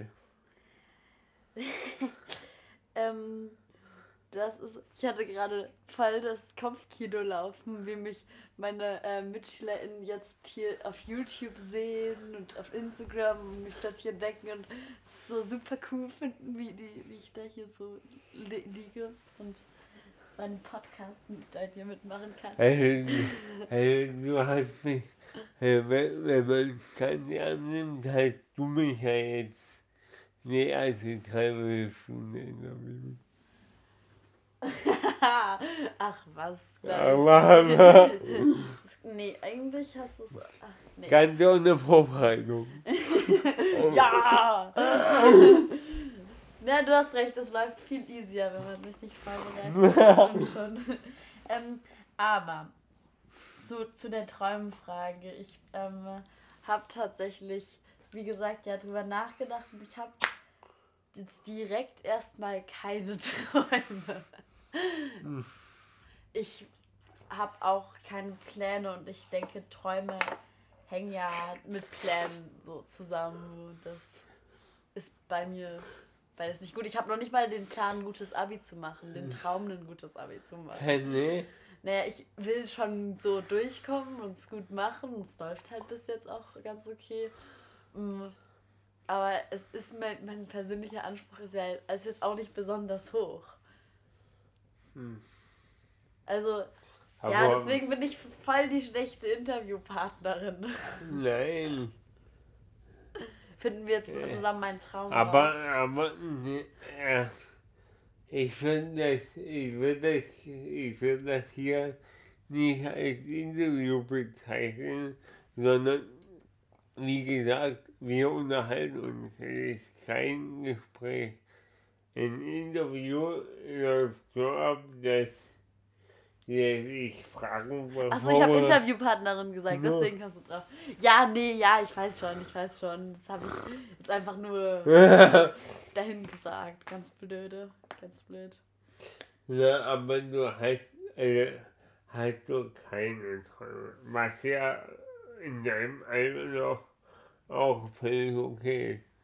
ähm, das ist, ich hatte gerade voll das Kopfkino laufen, wie mich meine äh, MitschülerInnen jetzt hier auf YouTube sehen und auf Instagram und mich plötzlich entdecken und es so super cool finden, wie, die, wie ich da hier so li liege und meinen Podcast mit dir mitmachen kann. Also, also du hast mich, also, wenn, wenn man es ganz annimmt, hast du mich ja jetzt die erste Dreiviertelstunde interviewt. Ach was, gleich. Aber, nee, eigentlich hast du es. Nee. Ganz ohne Vorbereitung. Ja! Na, du hast recht, es läuft viel easier, wenn man sich nicht vorbereitet. Das stimmt schon. ähm, aber zu, zu der Träumenfrage. Ich ähm, habe tatsächlich, wie gesagt, ja drüber nachgedacht und ich habe jetzt direkt erstmal keine Träume. Hm. Ich habe auch keine Pläne und ich denke, Träume hängen ja mit Plänen so zusammen. Das ist bei mir beides nicht gut. Ich habe noch nicht mal den Plan, ein gutes Abi zu machen, den Traum, ein gutes Abi zu machen. Hä, nee? Naja, ich will schon so durchkommen und es gut machen und es läuft halt bis jetzt auch ganz okay. Mm, Aber es ist mein, mein persönlicher Anspruch ist ja ist jetzt auch nicht besonders hoch. Hm. Also, Aber ja, deswegen bin ich voll die schlechte Interviewpartnerin. nein. Finden wir jetzt zusammen meinen Traum Aber, raus. aber, ne, äh, ich finde das, ich würde das, ich würde das hier nicht als Interview bezeichnen, sondern wie gesagt, wir unterhalten uns. Es ist kein Gespräch. Ein Interview läuft so ab, dass ich Fragen bekomme. Achso, ich habe Interviewpartnerin gesagt, deswegen kannst du drauf. Ja, nee, ja, ich weiß schon, ich weiß schon. Das habe ich jetzt einfach nur dahin gesagt. Ganz blöde, ganz blöd. Ja, aber du hast, also, hast du keine Träume. Was ja in deinem Alter noch auch völlig okay ist.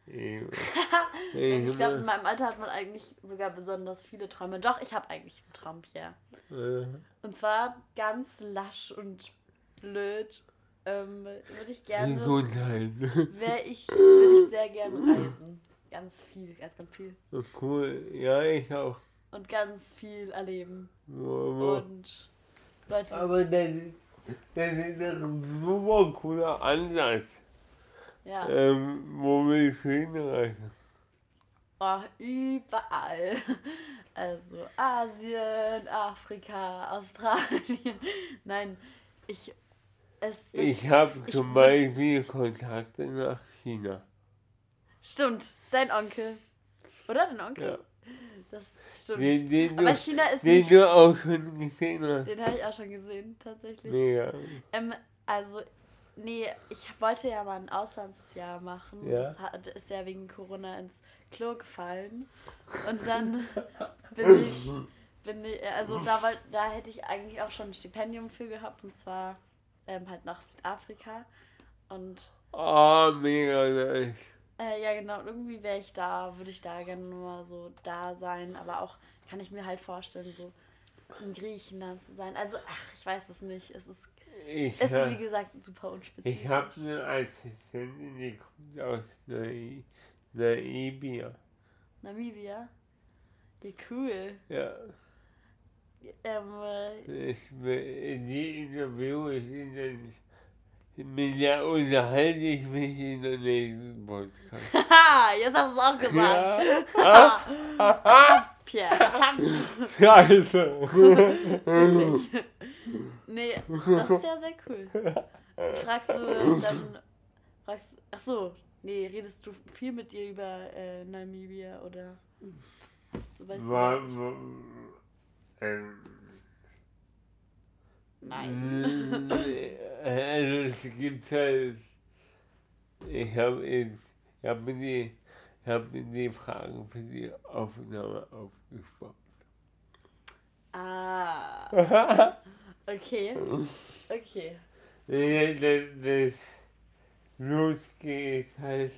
Ich glaube, in meinem Alter hat man eigentlich sogar besonders viele Träume. Doch, ich habe eigentlich einen Traum, Pierre. Ja. Und zwar ganz lasch und blöd. Ähm, würde ich gerne. Wäre ich, würde ich sehr gerne reisen. Ganz viel, ganz, ganz viel. Cool, ja, ich auch. Und ganz viel erleben. Wo, wo. Und Leute. Aber das ist, das ist ein super cooler Ansatz. Ja. Ähm, wo willst du hinreisen? Oh, überall. Also Asien, Afrika, Australien. Nein, ich. Es, es, Ich habe ich zum würd- Beispiel Kontakte nach China. Stimmt, dein Onkel. Oder dein Onkel? Ja. Das stimmt. Den, den, Aber du, China ist den nicht. du auch schon gesehen hast. Den habe ich auch schon gesehen, tatsächlich. Mega. Ähm, also, nee, ich wollte ja mal ein Auslandsjahr machen. Ja. Das hat, ist ja wegen Corona ins Klo gefallen. Und dann bin ich, bin ich, also da, wollt, da hätte ich eigentlich auch schon ein Stipendium für gehabt. Und zwar ähm, halt nach Südafrika. Und Oh, mega nice. äh, ja, genau, irgendwie wäre ich da, würde ich da gerne nur so da sein. Aber auch kann ich mir halt vorstellen, so in Griechenland zu sein. Also, ach, ich weiß es nicht. Es ist, Ich, es ist ha- wie gesagt super unspezifisch. ich habe eine Assistentin, die kommt aus Nai- Namibia. Namibia? Ja, cool. Ja, Ähm, äh, ich, die interviewe ich in den, mit der unterhalte ich mich in der nächsten Podcast. haha, jetzt hast du es auch gesagt. Ja. Verdammt, Pierre, verdammt. Scheiße. Wirklich. Nee, das ist ja sehr cool. Fragst du dann, fragst, ach so, nee, redest du viel mit ihr über äh, Namibia oder was, weißt du War, da? war, ähm, Nein. Also es gibt halt, ich habe ich hab mir die, ich hab mir die Fragen für die Aufnahme aufgesprochen. Ah, okay, okay. Das, das losgeht halt,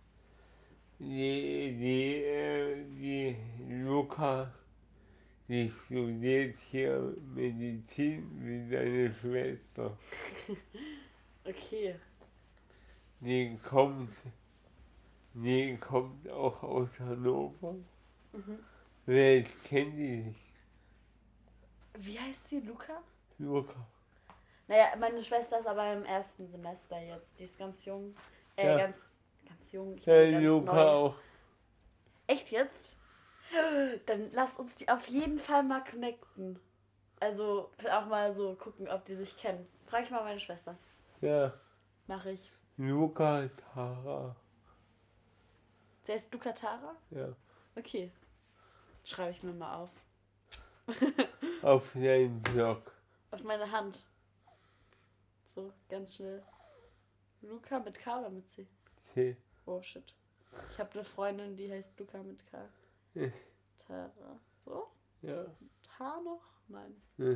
die, die, äh, die Luca, die studiert hier Medizin wie seine Schwester. Okay. Die kommt, die kommt auch aus Hannover. Mhm. Wer kennt die nicht? Wie heißt sie, Luca? Luca. Naja, meine Schwester ist aber im ersten Semester jetzt. Die ist ganz jung. Äh, Ja. ganz, ganz jung. Ich Ja, bin ganz Luca neu. auch. Echt jetzt? Dann lass uns die auf jeden Fall mal connecten. Also auch mal so gucken, ob die sich kennen. Frag ich mal meine Schwester. Ja, Mach ich. Luca Tara. Sie heißt Luca Tara? Ja. Okay. Schreibe ich mir mal auf. Auf seinem Blog. Auf meine Hand. So, ganz schnell. Luca mit K oder mit C? C. Oh shit. Ich habe eine Freundin, die heißt Luca mit K. Ja. Tara. So? Ja. H noch? Nein. Ja.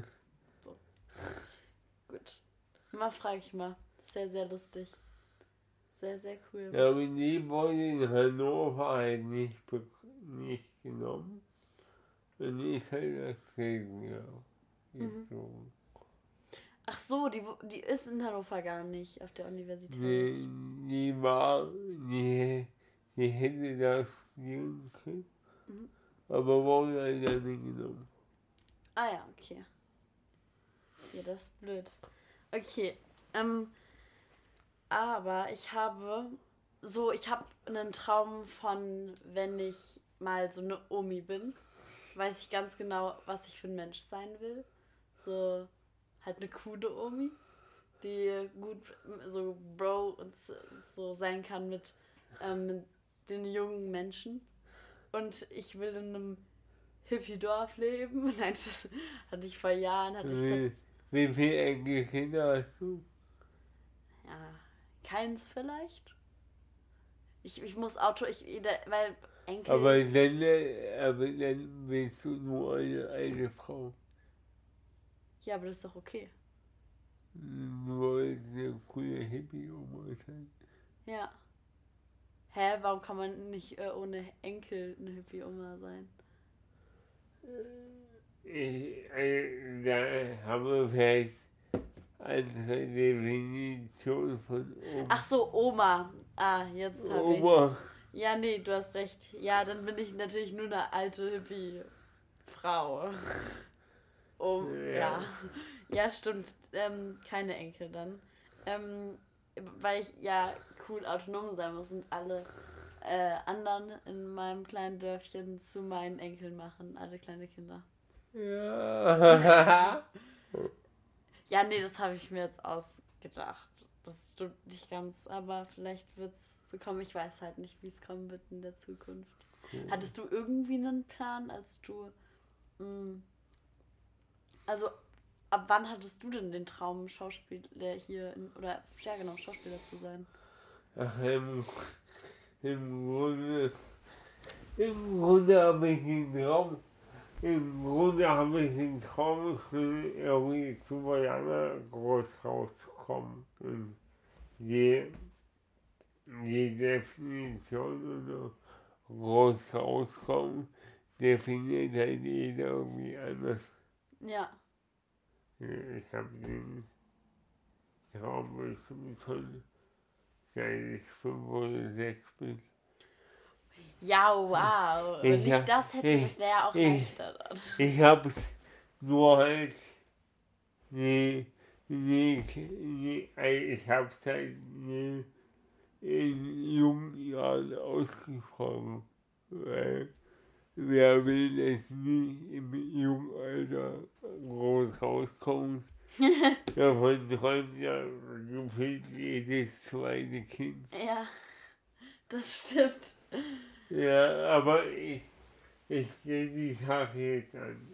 Gut. Mal frage ich mal. Sehr, sehr lustig. Sehr, sehr cool. Ja, aber die wurde in Hannover halt nicht, be- nicht genommen. Und ich halt nach Dresden Mhm. gezogen. Ach so, die, wo- die ist in Hannover gar nicht auf der Universität. Die, die war, die, die hätte da studieren können, Mhm. aber wurde leider nicht genommen. Ah ja, okay. Ja, das ist blöd. Okay, ähm, aber ich habe so, ich habe einen Traum von, wenn ich mal so eine Omi bin, weiß ich ganz genau, was ich für ein Mensch sein will. So halt eine coole Omi, die gut so Bro und so sein kann mit ähm, den jungen Menschen. Und ich will in einem Hippie-Dorf leben. Nein, das hatte ich vor Jahren, hatte ich Wie, wie viele Enkelkinder hast du? ja, keins vielleicht. Ich, ich muss Auto, ich, weil Enkel. Aber dann, äh, aber dann willst du nur eine alte Frau. Ja, aber das ist doch okay. Nur weil sie eine coole Hippie-Oma sein. Ja. Hä, warum kann man nicht äh, ohne Enkel eine Hippie-Oma sein? Ich, äh, da haben wir vielleicht andere Definition von Oma. Ach so, Oma. Ah, jetzt habe ich's. Oma. Ja, nee, du hast recht. Ja, dann bin ich natürlich nur eine alte Hippie-Frau. Oh, Ja. ja. Ja, stimmt. Ähm, keine Enkel dann. Ähm, weil ich ja cool autonom sein muss und alle äh, anderen in meinem kleinen Dörfchen zu meinen Enkeln machen. Alle kleine Kinder. Ja. Ja, nee, das habe ich mir jetzt ausgedacht. Das stimmt nicht ganz, aber vielleicht wird es so kommen. Ich weiß halt nicht, wie es kommen wird in der Zukunft. Cool. Hattest du irgendwie einen Plan, als du... Mh, also, ab wann hattest du denn den Traum, Schauspieler hier... In, oder, ja genau, Schauspieler zu sein? Ach, im, im Grunde, im Grunde habe ich den Traum, im Grunde habe ich den Traum, schon irgendwie zu Marianne groß rauszukommen. Und die, die Definition oder groß rauskommen, definiert halt jeder irgendwie anders. Ja. Ich habe den Traum bestimmt schon, seit ich fünf oder sechs bin. Ja, wow. Wenn Ich, ich das hätte, ich, das wäre ja auch ich, leichter dann. Ich habe es nur halt, nee, nee, nee, ich habe es halt nee, in jungen Jahren ausgesprochen, weil wer will es nie im jungen Alter groß rauskommen. Davon träumt ja gefühlt jedes zweite Kind. Ja, das stimmt. Ja, aber ich, ich gehe die Sache jetzt an.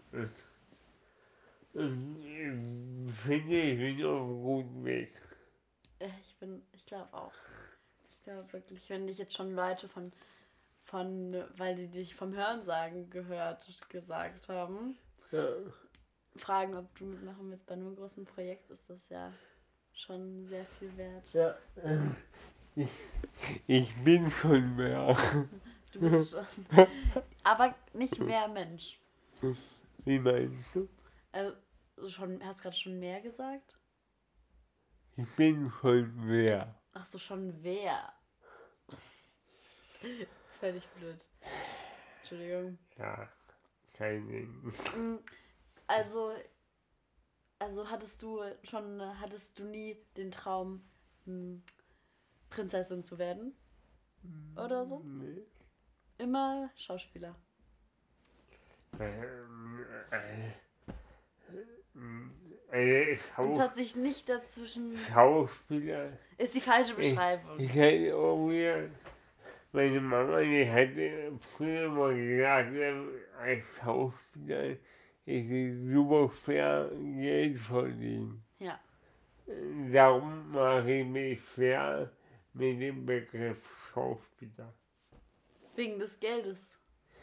Und ich finde, ich bin auf einem guten Weg. Äh, Ich bin, ich glaube auch. Ich glaube wirklich, wenn dich jetzt schon Leute von, von, weil die dich vom Hörensagen gehört, gesagt haben, Ja. fragen, ob du mitmachen willst bei einem großen Projekt, ist das ja schon sehr viel wert. Ja. Ich, ich bin schon mehr. Du bist schon, aber nicht mehr Mensch. Wie meinst du? Also schon, hast du gerade schon mehr gesagt? Ich bin schon mehr. Ach so, schon wer? Völlig blöd. Entschuldigung. Ja, kein Ding. Mm, Also, also hattest du schon, hattest du nie den Traum, hm, Prinzessin zu werden? Oder so? Nee. Immer Schauspieler. Ähm, äh, äh, Und es Schau hat sich nicht dazwischen. Schauspieler. Ist die falsche Beschreibung. Ich, ich hätte irgendwie, meine Mama, die hatte früher mal gesagt, ähm, als Schauspieler ist es super schwer, Geld verdienen. Ja. Darum mache ich mich schwer mit dem Begriff Schauspieler. Wegen des Geldes.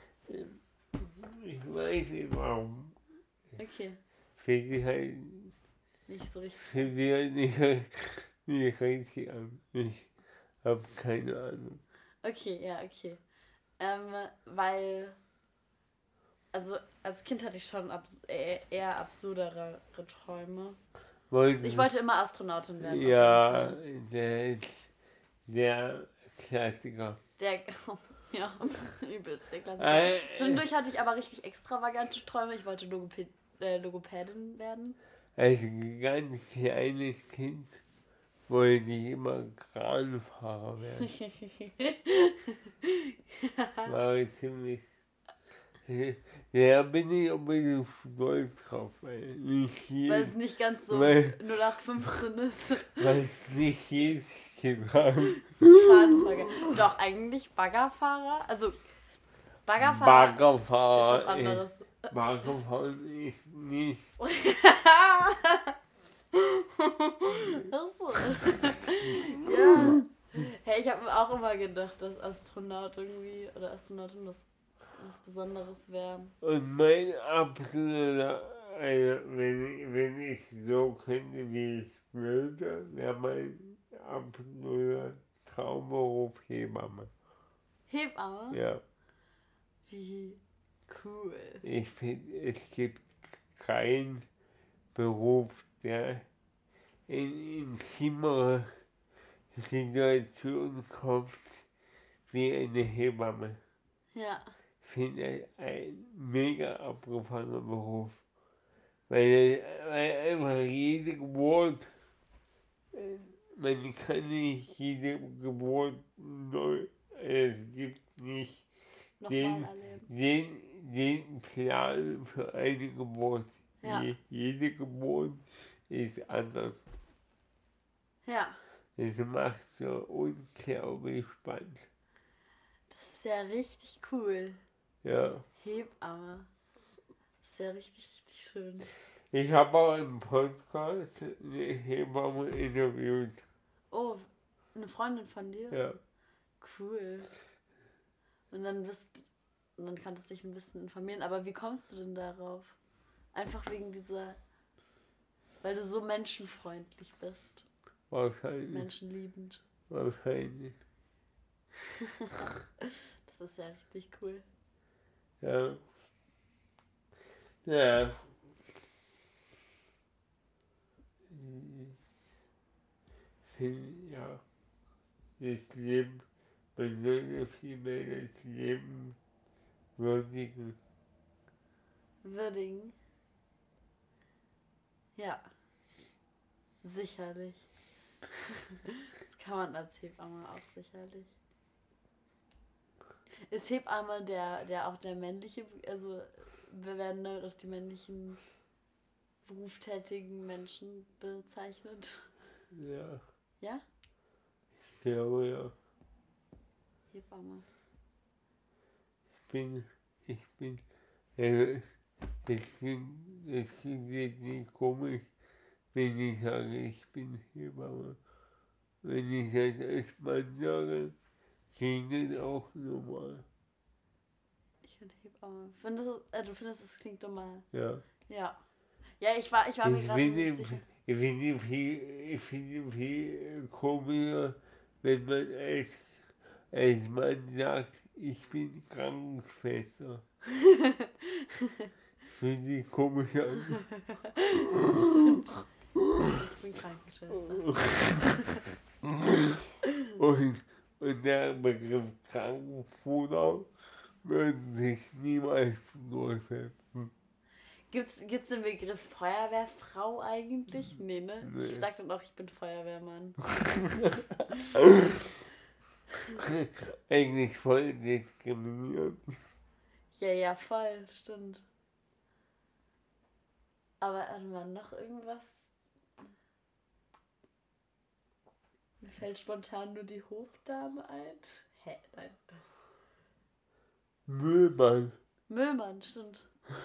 Ich weiß nicht warum. Okay. Fängt sich halt, Nicht so richtig. fängt sich halt nicht, nicht richtig an. Ich habe keine Ahnung. Okay, ja, okay. Ähm, weil. Also, als Kind hatte ich schon abs eher absurdere Träume. Wollten, Ich wollte immer Astronautin werden. Ja, der, der Klassiker. Der, ja, übelst, der Klassiker. Äh, Zwischendurch hatte ich aber richtig extravagante Träume. Ich wollte Logopä äh, Logopädin werden. Als ganz kleines Kind wollte ich immer Kranfahrer werden. War ziemlich... Ja, bin ich ein bisschen stolz drauf, weil nicht viel... Weil es nicht ganz so weil, null acht fünfzehn ist. Weil es nicht jedes Kind haben. Kranfahrer. Doch, eigentlich Baggerfahrer. Also, Baggerfahrer, Baggerfahrer ist was anderes. Ist, Baggerfahrer ist nicht... Achso. Ja. Hey, ich habe mir auch immer gedacht, dass Astronaut irgendwie oder Astronautin das was Besonderes wäre. Und mein absoluter, also wenn, wenn ich so könnte, wie ich würde, wäre mein absoluter Traumberuf Hebamme. Hebamme? Ja. Wie cool. Ich finde, es gibt keinen Beruf, der in intimere Situationen kommt wie eine Hebamme. Ja. Ich finde ein mega abgefahrener Beruf. Weil, weil einfach jede Geburt, man kann nicht jede Geburt neu, es gibt nicht den, den, den Plan für eine Geburt. Ja. Je, jede Geburt ist anders. Ja. Das macht so unglaublich spannend. Das ist ja richtig cool. Ja. Hebamme. Das ist ja richtig, richtig schön. Ich habe auch im Podcast eine Hebamme interviewt. Oh, eine Freundin von dir? Ja. Cool. Und dann bist und dann kanntest du dich ein bisschen informieren. Aber wie kommst du denn darauf? Einfach wegen dieser, weil du so menschenfreundlich bist. Wahrscheinlich. Menschenliebend. Wahrscheinlich. Das ist ja richtig cool. Ja. Ja. Ja. Das Leben, man sollte vielmehr das Leben würdigen. Würdigen? Ja. Sicherlich. Das kann man als Hebamme auch sicherlich. Ist Hebamme der, der auch der männliche, also wir werden damit auch die männlichen berufstätigen Menschen bezeichnet? Ja. Ja? Ich glaube ja. Hebamme. Ich bin, ich bin, äh, das klingt, das klingt jetzt nicht komisch, wenn ich sage, ich bin Hebamme. Wenn ich das als Mann sage, klingt das auch normal. Ich bin Hebamme. Findest, äh, du findest, es klingt normal? Ja. Ja. Ja, ich war, ich war mir Ich gerade nicht finde, sicher. ich finde viel, ich finde viel komischer, wenn man als, als Mann sagt, ich bin Krankenschwester. Fühlt sich komisch an. Das stimmt. Ich bin Krankenschwester. Und, und der Begriff Krankenpfleger würde sich niemals durchsetzen. Gibt's, gibt's den Begriff Feuerwehrfrau eigentlich? Nee, ne? Nee. Ich sag dann auch, ich bin Feuerwehrmann. Eigentlich voll diskriminiert. Ja, ja, voll, stimmt. Aber hat man noch irgendwas? Mir fällt spontan nur die Hofdame ein. Hä, nein. Müllmann. Müllmann, stimmt.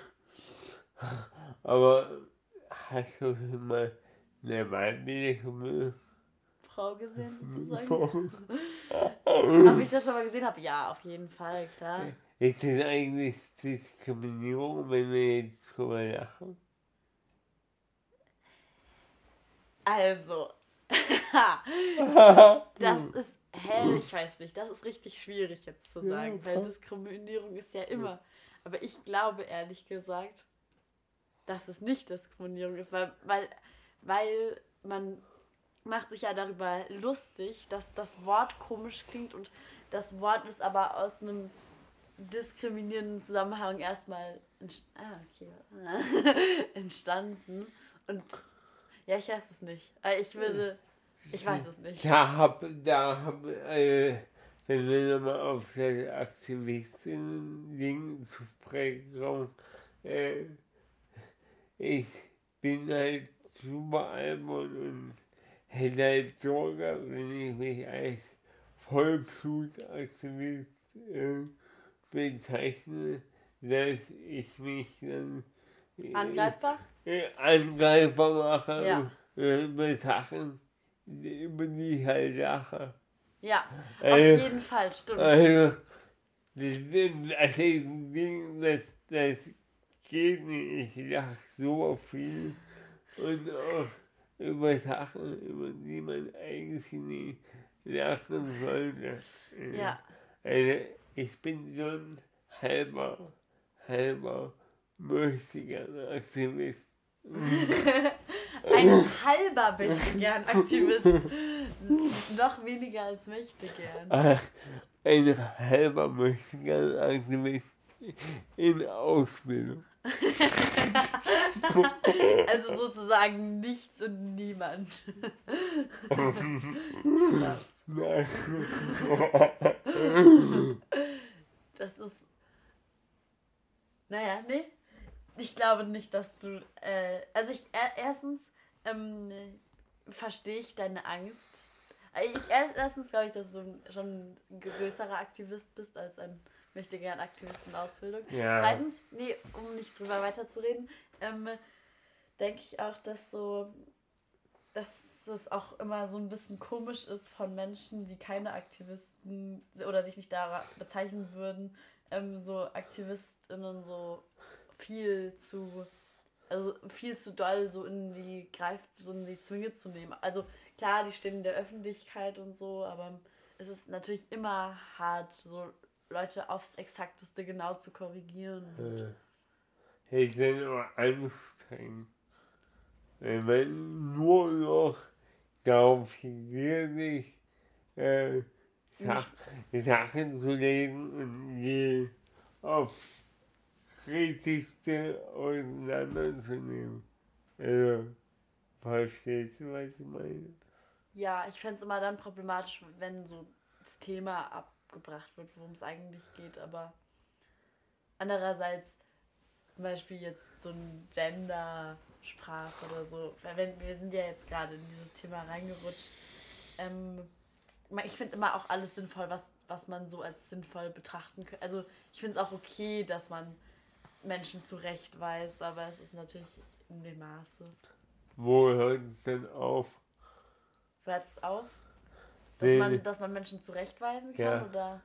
Aber hast du schon mal eine weibliche Müllfrau Frau gesehen, sozusagen? Ob ich das schon mal gesehen habe? Ja, auf jeden Fall, klar. Ist das eigentlich Diskriminierung, wenn wir jetzt drüber lachen? Also, das ist, hä, ich weiß nicht, das ist richtig schwierig jetzt zu sagen, Ja, weil Diskriminierung ist ja immer. Aber ich glaube ehrlich gesagt, dass es nicht Diskriminierung ist, weil, weil weil man macht sich ja darüber lustig, dass das Wort komisch klingt und das Wort ist aber aus einem diskriminierenden Zusammenhang erstmal entst- ah, okay. entstanden. Und ja, ich weiß es nicht. Aber ich würde, ich weiß es nicht. Da hab, da hab, äh, wenn wir nochmal auf das Aktivistinnen-Ding zu sprechen kommen, äh, ich bin halt super albern und hätte halt Sorge, wenn ich mich als Vollblutaktivist äh, bezeichne, dass ich mich dann äh, Angreifbar? äh, angreifbar mache Ja. äh, über Sachen, über die ich halt lache. Ja, auf Also, jeden Fall, stimmt. Also, das, das ist ein Ding, das, das geht nicht. Ich lache so viel und auch über Sachen, über die man eigentlich nicht lachen sollte. Ja. Also, ich bin so ein halber, halber Möchtegern-Aktivist. Ein halber Möchtegern-Aktivist. Noch weniger als Möchtegern. Ein halber Möchtegern-Aktivist in Ausbildung. Also sozusagen nichts und niemand. Das. Nein. Das ist. Naja, nee. Ich glaube nicht, dass du. Äh, also ich er, erstens ähm, verstehe ich deine Angst. Ich, erstens glaube ich, dass du schon ein größerer Aktivist bist als ein möchtegern Aktivist in Ausbildung. Ja. Zweitens, nee, um nicht drüber weiterzureden, ähm, denke ich auch, dass so, dass es auch immer so ein bisschen komisch ist von Menschen, die keine Aktivisten oder sich nicht da bezeichnen würden, ähm, so AktivistInnen so viel zu, also viel zu doll so in die Greif, so in die Zwinge zu nehmen. Also klar, die stehen in der Öffentlichkeit und so, aber es ist natürlich immer hart, so Leute aufs Exakteste genau zu korrigieren. Ich finde auch anstrengend, wenn man nur noch darauf fixiert ist, äh, Sa Sachen zu lesen und die aufs Kritischste auseinanderzunehmen. Also, verstehst du, was ich meine? Ja, ich fände es immer dann problematisch, wenn so das Thema abgebracht wird, worum es eigentlich geht, aber andererseits zum Beispiel jetzt so ein Gender-Sprache oder so, weil wenn, wir sind ja jetzt gerade in dieses Thema reingerutscht, ähm, ich finde immer auch alles sinnvoll, was, was man so als sinnvoll betrachten kann. Also ich finde es auch okay, dass man Menschen zurechtweist, aber es ist natürlich in dem Maße. Wo hört es denn auf? Hört es auf? Dass, Nee, man, nee. dass man Menschen zurechtweisen kann, Ja. oder?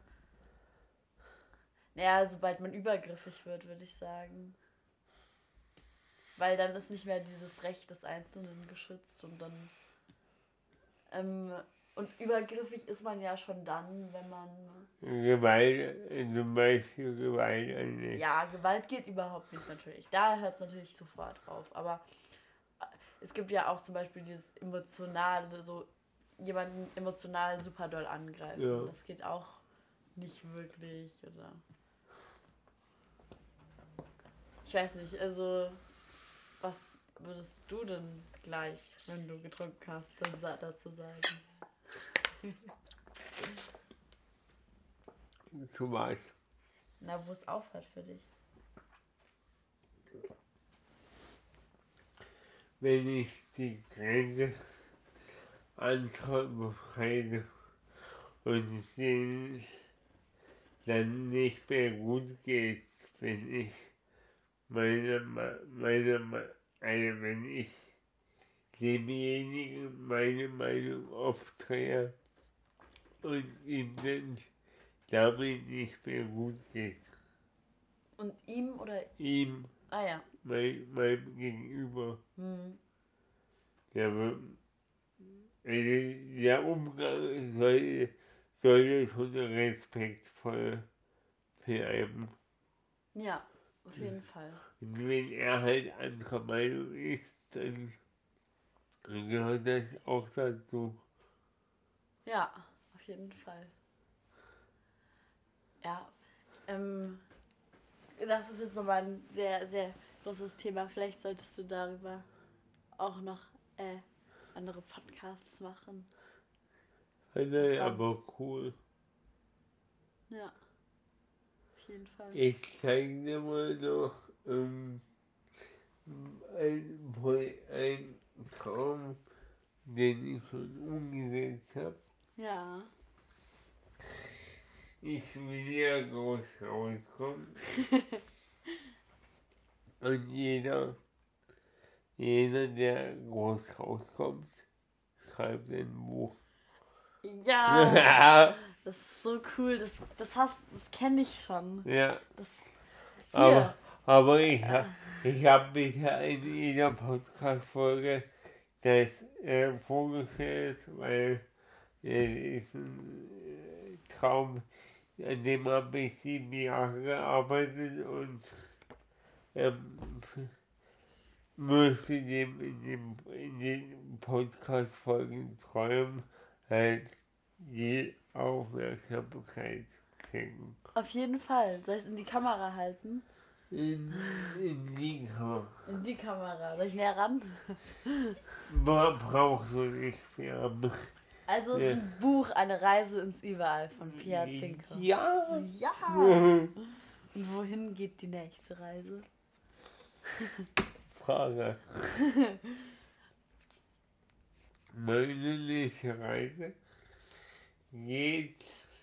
Naja, sobald man übergriffig wird, würde ich sagen. Weil dann ist nicht mehr dieses Recht des Einzelnen geschützt und dann... Ähm, und übergriffig ist man ja schon dann, wenn man... Gewalt, zum Beispiel Gewalt anlegt. Ja, Gewalt geht überhaupt nicht natürlich. Da hört es natürlich sofort auf. Aber es gibt ja auch zum Beispiel dieses emotionale, so jemanden emotional super doll angreifen. Ja. Das geht auch nicht wirklich, oder... Ich weiß nicht, also was würdest du denn gleich, wenn du getrunken hast, dann dazu sagen? Zu was? Na, wo es aufhört für dich? Wenn ich die Grenze anderer befreie und es denen dann nicht mehr gut geht, wenn ich meine, meine, also wenn ich demjenigen meine Meinung aufdrehe und ihm dann damit nicht mehr gut geht. Und ihm oder... Ihm, Ah ja. mein, meinem Gegenüber. Hm. Der, also der Umgang sollte, sollte schon respektvoll bleiben. Ja, auf jeden Fall. Und wenn er halt anderer Meinung ist, dann gehört das auch dazu. Ja, auf jeden Fall. Ja, ähm, das ist jetzt nochmal ein sehr, sehr großes Thema. Vielleicht solltest du darüber auch noch äh, andere Podcasts machen. Ja, aber cool. Ja, auf jeden Fall. Ich zeige dir mal noch ähm, ein, ein Traum, den ich schon umgesetzt habe. Ja. Ich will ja groß rauskommen. Und jeder, jeder, der groß rauskommt, schreibt ein Buch. Ja, das ist so cool. Das, das hast, das kenne ich schon. Ja. Das, Aber, aber ich habe ich hab mich ja in jeder Podcast-Folge das äh, vorgestellt, weil äh, ist ein äh, Traum, an dem habe ich sieben Jahre gearbeitet und ähm, möchte dem in, dem in den Podcast-Folgen träumen, halt die Aufmerksamkeit schenken. Auf jeden Fall. Soll ich es in die Kamera halten? In, in die Kamera. In die Kamera. Soll ich näher ran? Bra brauchst du nicht mehr. Also es ist ein Buch, eine Reise ins Überall von Pia Zinke. Ja. Ja. Und wohin geht die nächste Reise? Frage. Meine nächste Reise geht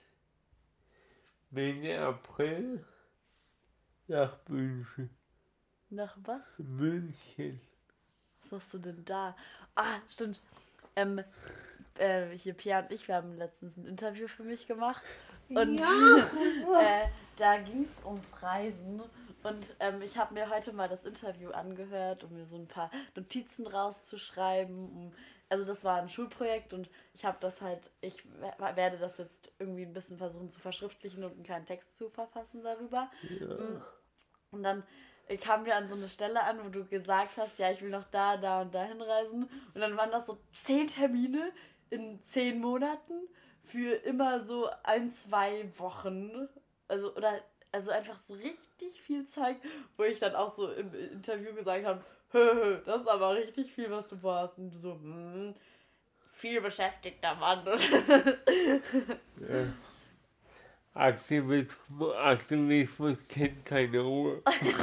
Mitte April nach München. Nach was? München. Was machst du denn da? Ah, stimmt. Ähm, äh, hier Pia und ich, wir haben letztens ein Interview für mich gemacht. Und ja. äh, da ging es ums Reisen. Und ähm, ich habe mir heute mal das Interview angehört, um mir so ein paar Notizen rauszuschreiben. Um, also das war ein Schulprojekt und ich habe das halt, ich werde das jetzt irgendwie ein bisschen versuchen zu verschriftlichen und einen kleinen Text zu verfassen darüber. Ja. Und dann kamen wir an so eine Stelle an, wo du gesagt hast, ja, ich will noch da, da und da hinreisen. Und dann waren das so zehn Termine in zehn Monaten für immer so ein, zwei Wochen. Also, oder, also einfach so richtig viel Zeug, wo ich dann auch so im Interview gesagt habe, hö, hö, das ist aber richtig viel, was du vorhast. Und du so, hm, viel beschäftigter Mann. Ja. Aktivismus, Aktivismus kennt keine Ruhe.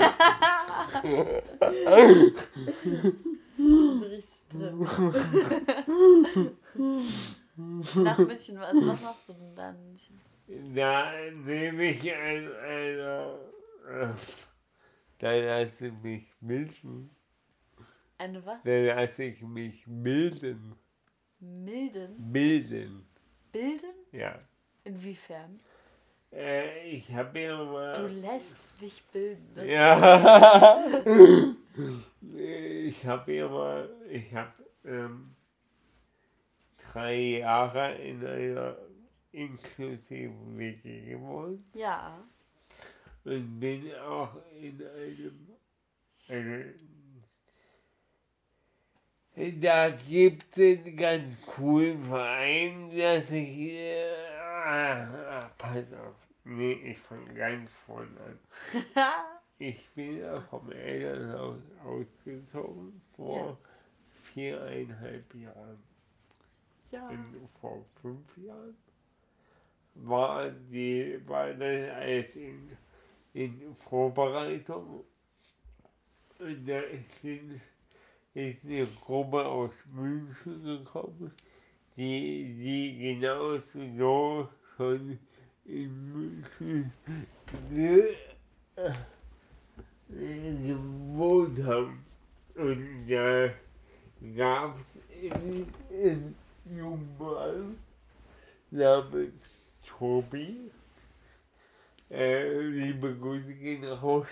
Richtig drin. Nach München, also was machst du denn da in München? Da nehme ich ein, eine, äh, da lasse ich mich milden. Eine was? Da lasse ich mich milden. Milden? Milden. Bilden? Ja. Inwiefern? Äh, ich habe ja mal... Du lässt dich bilden. Das ja. Ich habe ja mal... Ich habe ähm, drei Jahre in einer inklusiven W G gewohnt. Ja. Und bin auch in einem... Eine, da gibt es einen ganz coolen Verein, dass ich... Äh, ah, pass auf. Nee, ich fange ganz vorne an. Ich bin ja vom Elternhaus ausgezogen vor ja. viereinhalb Jahren. Ja. Und vor fünf Jahren war, die, war das alles in, in Vorbereitung. Und da ist, in, ist eine Gruppe aus München gekommen, die, die genauso so schon in München ge, äh, gewohnt haben. Und da gab es einen jungen Mann namens Tobi. Äh, liebe Grüße gehen raus.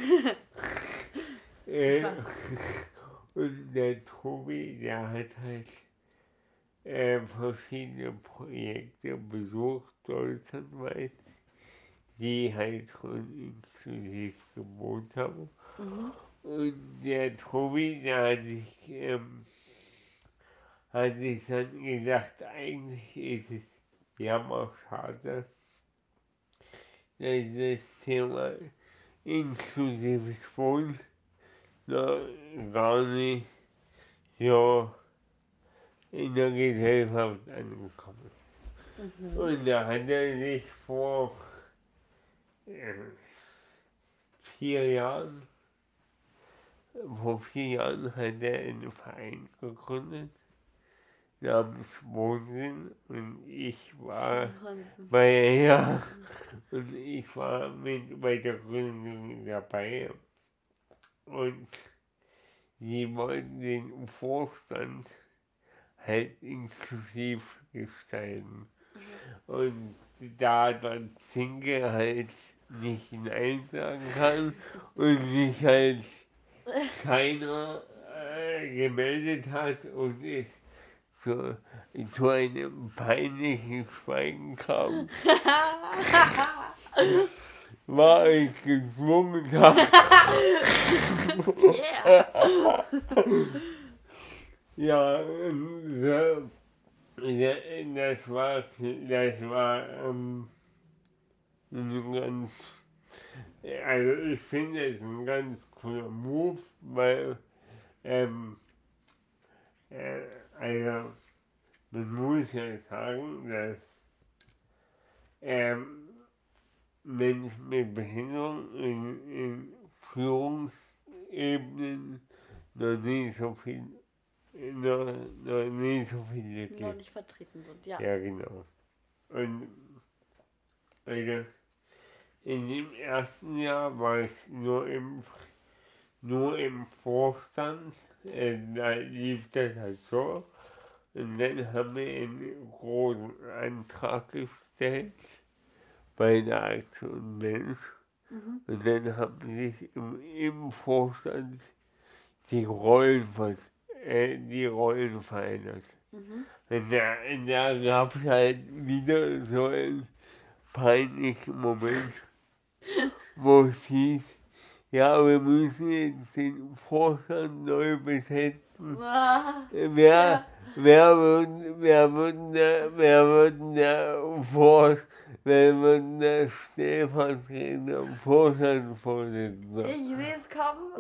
äh, und der Tobi, der hat halt äh, verschiedene Projekte besucht, deutschlandweit, die halt schon inklusiv gewohnt haben. Mhm. Und der Tobi, der hat sich ähm, hatte ich dann gedacht, eigentlich ist es jammerschade, dass das Thema inklusives Wohnen noch gar nicht so in der Gesellschaft angekommen. Mhm. Und da hat er sich vor äh, vier Jahren, vor vier Jahren hat er einen Verein gegründet, namens Wohnsinn, und ich war Wahnsinn. bei, ja, und ich war mit bei der Gründung dabei, und sie wollten den Vorstand halt inklusiv gestalten. Und da dann Zinke halt nicht Nein sagen kann und sich halt keiner äh, gemeldet hat und es zu, zu einem peinlichen Schweigen kam, war ich gezwungen, da Yeah. ja, und, äh, ja, das war, das war ähm, ein ganz, also ich finde es ein ganz cooler Move, weil, ähm, äh, also man muss ja sagen, dass ähm, Menschen mit Behinderung in, in Führungsebenen noch nicht so viel, noch, noch nicht so viele Noch gibt. nicht vertreten sind, ja. Ja, genau. Und also in dem ersten Jahr war ich nur im, nur im Vorstand, äh, da lief das halt so. Und dann haben wir einen großen Antrag gestellt bei der Aktion Mensch. Mhm. Und dann haben sich im, im Vorstand die Rollen, ver- äh, die Rollen verändert. Mhm. Und da, da gab es halt wieder so einen peinlichen Moment, wo es hieß, ja, wir müssen jetzt den Vorstand neu besetzen. Ah, Wer, ja. wer wird, wer wird der, wer wird der Vor, wer wird der stellvertretende Vorstandsvorsitzende? Ich sehe es kommen.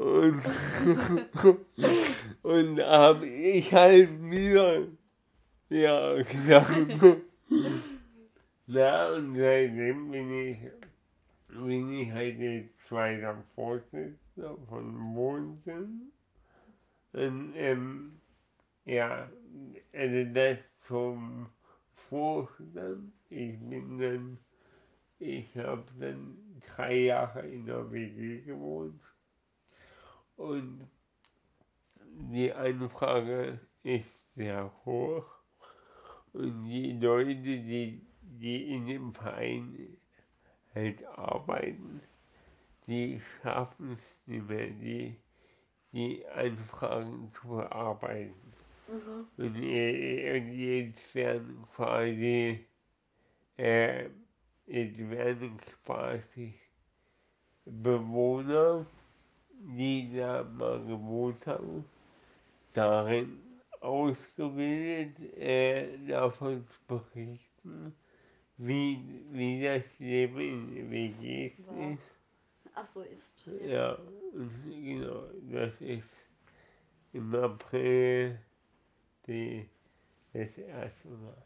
Und, und da habe ich halt wieder, ja, gesagt, na, und seitdem bin ich, bin ich halt jetzt zweiter Vorsitzender von Wohnsinn. Und, ähm, ja, also das zum Vorstand. Ich bin dann, ich habe dann drei Jahre in der W G gewohnt. Und die Anfrage ist sehr hoch. Und die Leute, die, die in dem Verein halt arbeiten, die schaffen es nicht mehr, die, die Anfragen zu bearbeiten. Mhm. Und, äh, und jetzt werden quasi, äh, jetzt werden quasi Bewohner, die da mal gewohnt haben, darin ausgebildet, äh, davon zu berichten, wie, wie das Leben in W Gs Wow. ist. Ach so, ist. Ja. Ja, und genau, das ist im April die, das erste Mal.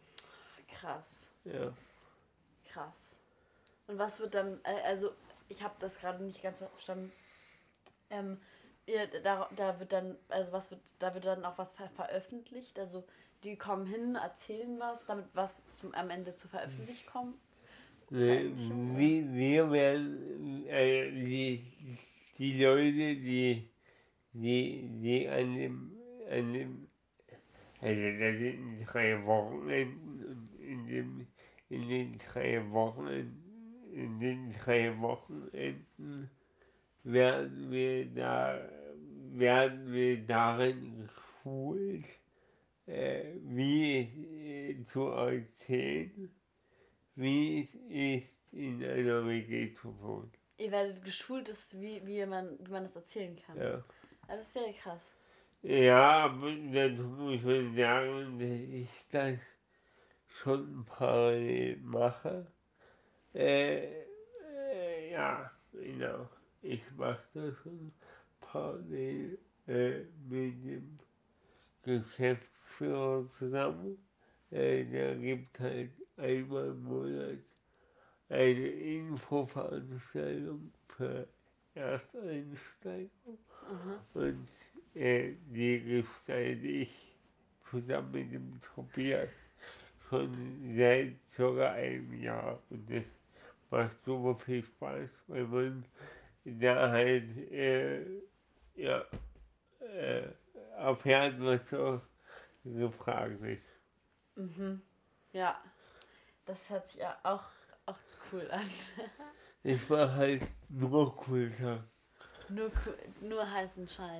Krass, Ja. krass. Und was wird dann, äh, also ich habe das gerade nicht ganz verstanden. Ähm, ihr, da, da wird dann, also was wird, da wird dann auch was ver veröffentlicht. Also die kommen hin, erzählen was, damit was zum, am Ende zur Veröffentlichung kommt. Veröffentlichung, oder? Wir, wir werden, äh, die, die Leute, die, die, die an dem, an dem, also das sind drei Wochenenden, und in dem, in den drei Wochenenden, in den drei Wochenenden werden wir da, werden wir darin geschult, äh, wie es äh, zu erzählen, wie es ist, in einer W G zu wohnen. Ihr werdet geschult, ist, wie, wie, man, wie man das erzählen kann. Ja. Das ist sehr krass. Ja, aber dazu muss man sagen, dass ich das schon parallel mache. Äh, äh, ja, genau. Ich mache das schon parallel äh, mit dem Geschäftsführer zusammen. Äh, der gibt halt einmal im Monat eine Infoveranstaltung für Ersteinsteiger. Aha. Und äh, die gestalte ich zusammen mit dem Tobias schon seit circa einem Jahr. Und das macht super viel Spaß, weil man da halt äh, ja, äh, erfährt, was so gefragt ist. Mhm. Ja, das hört sich ja auch, auch cool an. Ich war halt nur cool Sachen. Nur, cool, nur heißen Scheiß.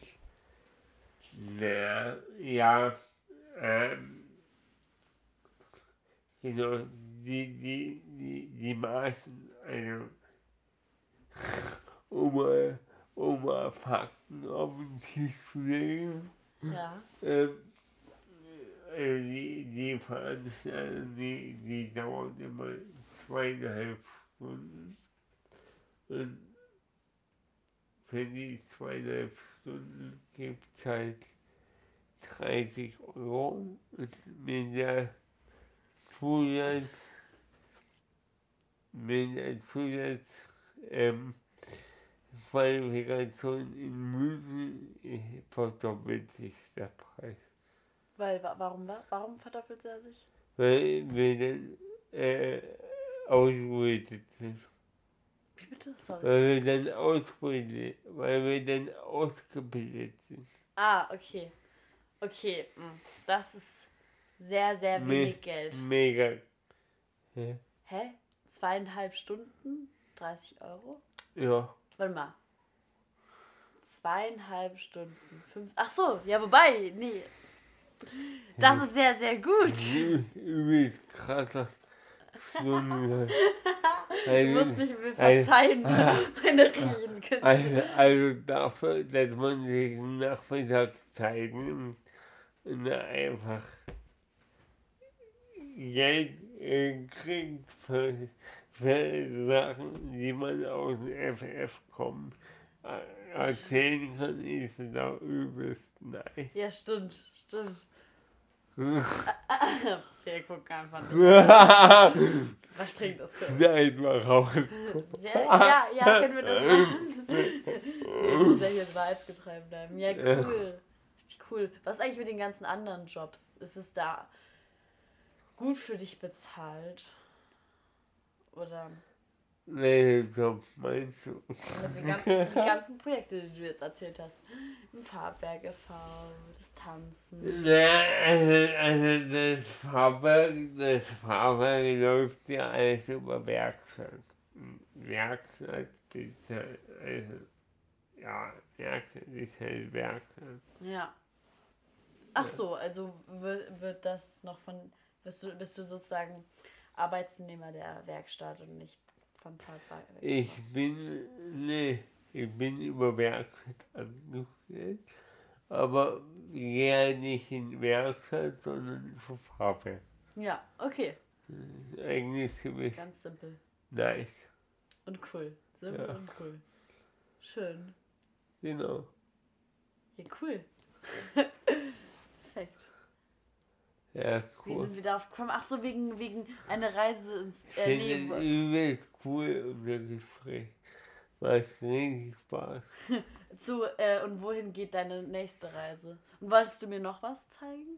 Naja, ja, ähm, genau, die, die, die, die Maßen, also, um mal, um mal Fakten auf den Tisch zu legen, Ja. ähm, also die, die Veranstaltung, die, die dauert immer zweieinhalb Stunden. Und für die zweieinhalb Stunden gibt es halt dreißig Euro. Und mit der Zusatz, mit der Zusatz, ähm, Qualifikation in München äh, verdoppelt sich der Preis. Weil, wa- warum, wa- warum verdoppelt er sich? Weil wir dann äh, ausgebildet sind. Wie bitte? Sorry. Weil wir dann ausgebildet, weil wir dann ausgebildet sind. Ah, okay. Okay, mm. Das ist sehr, sehr Me- wenig Geld. Mega. Ja. Hä? Zweieinhalb Stunden? dreißig Euro? Ja. Warte mal. Zweieinhalb Stunden. Fünf. Ach so, ja, wobei, nee. Das ist sehr, sehr gut. Übelst krasser Stunde. Du musst mich mir verzeihen, meine Redenkünste. Also, also dafür, dass man sich Nachmittagszeit nimmt und einfach Geld äh, kriegt für, für Sachen, die man aus dem F F kommen, äh, erzählen kann, ist da übelst nice. Ja, stimmt, stimmt. Wir gucken einfach nur. Überspringt das kurz. Nein, mal raus. Sehr, ja, ja, können wir das machen? Das muss ja hier wahrheitsgetreu bleiben. Ja, cool. Richtig cool. Was ist eigentlich mit den ganzen anderen Jobs? Ist es da gut für dich bezahlt? Oder Nee, Job meinst du? mit den ganzen, die ganzen Projekte, die du jetzt erzählt hast? Im Farbwerk e V, das Tanzen. Ja, also, also das Fahrwerk, das Fahrwerk läuft ja alles über Werkstatt. Werkstatt ist halt, also, ja, Werkstatt ist halt Werkstatt. Ja. Ach so, also wird, wird das noch von, bist du, bist du sozusagen Arbeitsnehmer der Werkstatt und nicht vom Fahrwerk? Ich bin, nee, ich bin über Werkstatt angestellt, aber eher nicht in Werkstatt, sondern zu Fahrwerk. Ja, okay. Das ist eigentlich ziemlich Ganz simpel. nice. Und cool. Simpel Ja. und cool. Schön. Genau. Ja, cool. Perfekt. Ja, Wie cool. sind wir darauf gekommen? Ach so, wegen, wegen einer Reise ins... Ich Äh, finde es nee, übelst cool, unser Gespräch. Macht richtig Spaß. zu, äh, und wohin geht deine nächste Reise? Und wolltest du mir noch was zeigen?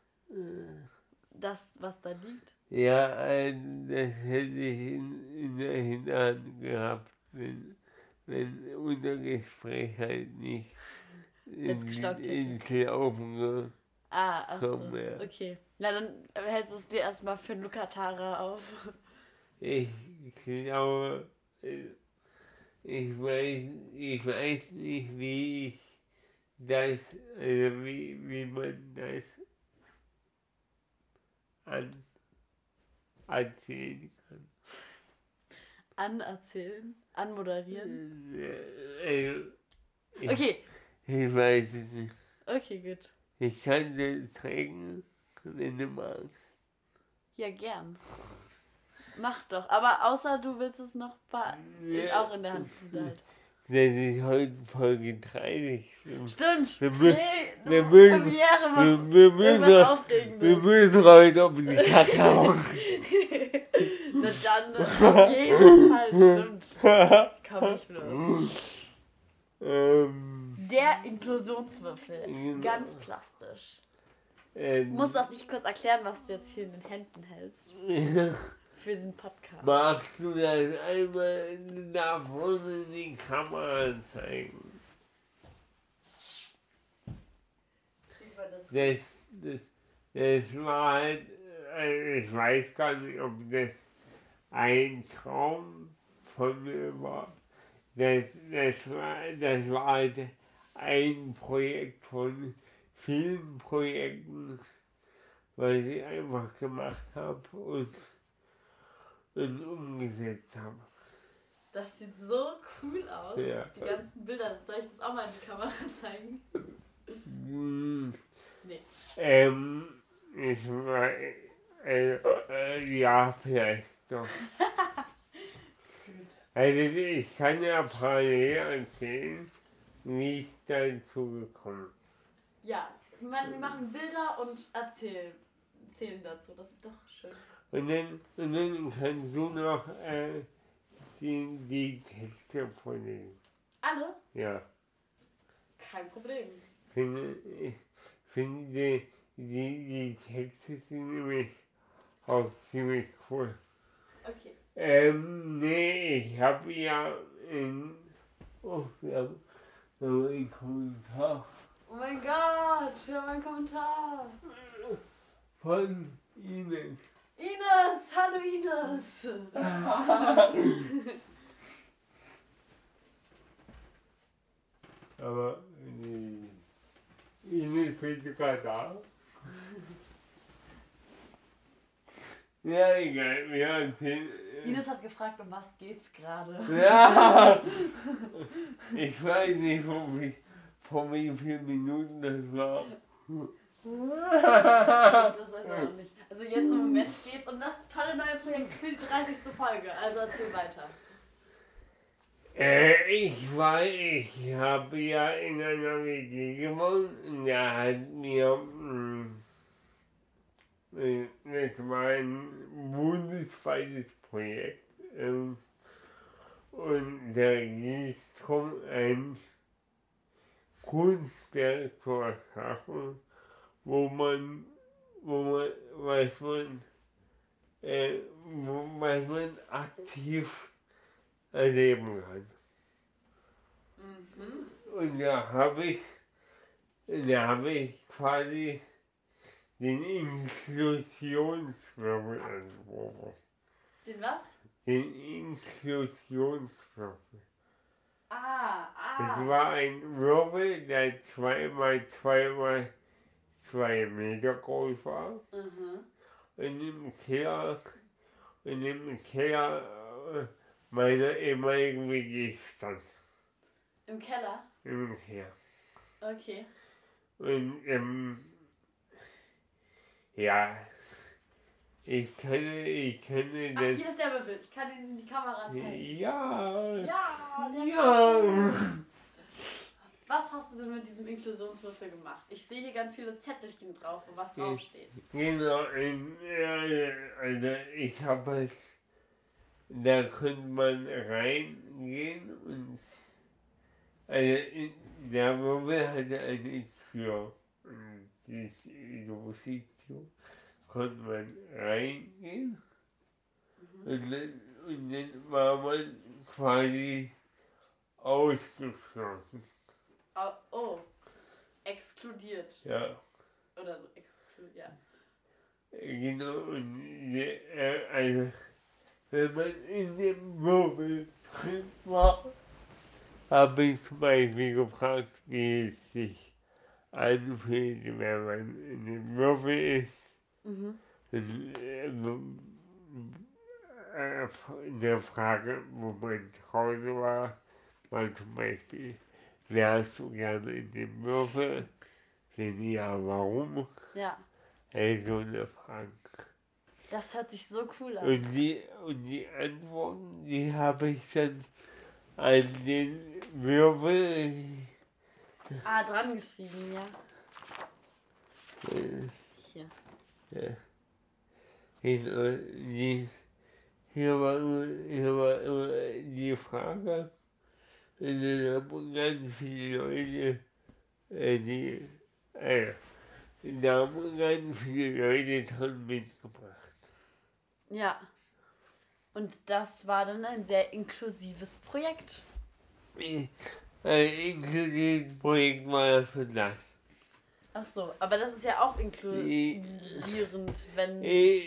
Das, was da liegt? Ja, ein, das hätte ich in, in der Hinterhand gehabt, wenn, wenn unser Gespräch halt nicht Jetzt gestockt hätte. ins Laufen gekommen Ah, ach so. wäre. Okay. Na, dann hältst du es dir erstmal für Lukatara auf. Ich glaube, ich weiß, ich weiß nicht, wie ich das, also wie, wie man das an, erzählen kann. Anerzählen? Anmoderieren? Also, ich, Okay. ich weiß es nicht. Okay, gut. Ich kann dir zeigen, wenn du magst. Ja, gern. Mach doch. Aber außer du willst es noch bei, Ja. auch in der Hand behalten. Das ist heute Folge dreißig. Stimmt. Wir, mü Nee, wir du, müssen, Premiere, mach wir, wir müssen, irgendwas Aufregendes. wir müssen heute um die Kacke hauen. Na dann, auf jeden Fall, stimmt. Komm ich bloß. ähm, Der Inklusionswürfel. Genau. Ganz plastisch. ähm, Musst du das nicht kurz erklären, was du jetzt hier in den Händen hältst? Für den Podcast. Magst du das einmal da vorne in die Kamera zeigen? Das, das, das war halt, äh, ich weiß gar nicht, ob das ein Traum von mir war. Das, das, war, das war halt ein Projekt von vielen Projekten, was ich einfach gemacht habe und, und umgesetzt habe. Das sieht so cool aus. Ja. Die ganzen Bilder, soll ich das auch mal in die Kamera zeigen? Hm. Nee. Ähm, ich war, äh, äh, ja, vielleicht doch. Gut. Also ich kann ja parallel erzählen, wie ich dazu gekommen Ja, man, wir machen Bilder und erzählen, erzählen dazu. Das ist doch schön. bin. Und dann, und dann kannst du noch äh, die, die Texte vorlesen. Alle? Ja, Kein Problem. finde ich finde die, die, die Texte sind nämlich auch ziemlich cool. Okay. Ähm, nee, ich habe ja in, oh, wir haben noch einen Kommentar Oh mein Gott, hör meinen Kommentar. von Ihnen. Ines, hallo Ines. Aber die Ines bist du gerade da? Ja, egal, wir erzählen. Ines hat gefragt, um was geht's gerade. Ja! Ich weiß nicht, vor wie, vor wie vielen Minuten das war. Das weiß ich auch nicht. Also jetzt im Moment geht's um das tolle neue Projekt für die dreißigste Folge. Also erzähl weiter. Äh, ich war, ich habe ja in einer W G gewohnt und da hat mir, mh, das war ein bundesweites Projekt ähm, und da ging es darum, ein Kunstwerk zu erschaffen, wo man, wo man, was man, äh, wo, was man aktiv erleben kann. Mhm. Und da habe ich, da habe ich quasi den Inklusionswürfel entworfen. Den was? Den Inklusionswürfel. Ah, Es ah. war ein Würfel, der zwei mal zwei mal zwei Meter groß war. Mhm. Und im Keller, und im Keller äh, meiner ehemaligen W G stand. Im Keller? Im Keller. Okay. Und ähm, ja, ich kann, ich kann Ach, das. hier ist der Würfel. Ich kann ihn in die Kamera zeigen. Ja, Ja, der ja. Würfel. Was hast du denn mit diesem Inklusionswürfel gemacht? Ich sehe hier ganz viele Zettelchen drauf, wo was draufsteht. Genau, in, ja, also ich habe halt, da könnte man reingehen und also in, der Würfel hatte eine Tür und die, die große Tür konnte man reingehen Mhm. und dann, und dann war man quasi ausgeschlossen. Oh, oh, exkludiert. Ja. Oder so, exkludiert, ja. Genau, und äh, also, wenn man in dem Würfel drin war, habe ich zum Beispiel gefragt, wie es sich anfühlt, wenn man in dem Würfel ist. Mhm. Und, äh, äh, in der Frage, wo man zu Hause war, war zum Beispiel, wärst du gerne in dem Würfel? Wenn ja, warum? Ja. Also eine Frage. Das hört sich so cool an. Und die, und die Antworten, die habe ich dann an den Wirbel. Ah, dran geschrieben, ja. Äh, Hier. ja. In, äh, die, hier war, nur- hier war nur die Frage, und dann haben ganz viele Leute, äh, die, äh, da haben ganz viele Leute dran mitgebracht. Ja. Und das war dann ein sehr inklusives Projekt. Ein inklusives Projekt war das für das. Ach so, aber das ist ja auch inkludierend, wenn... Äh,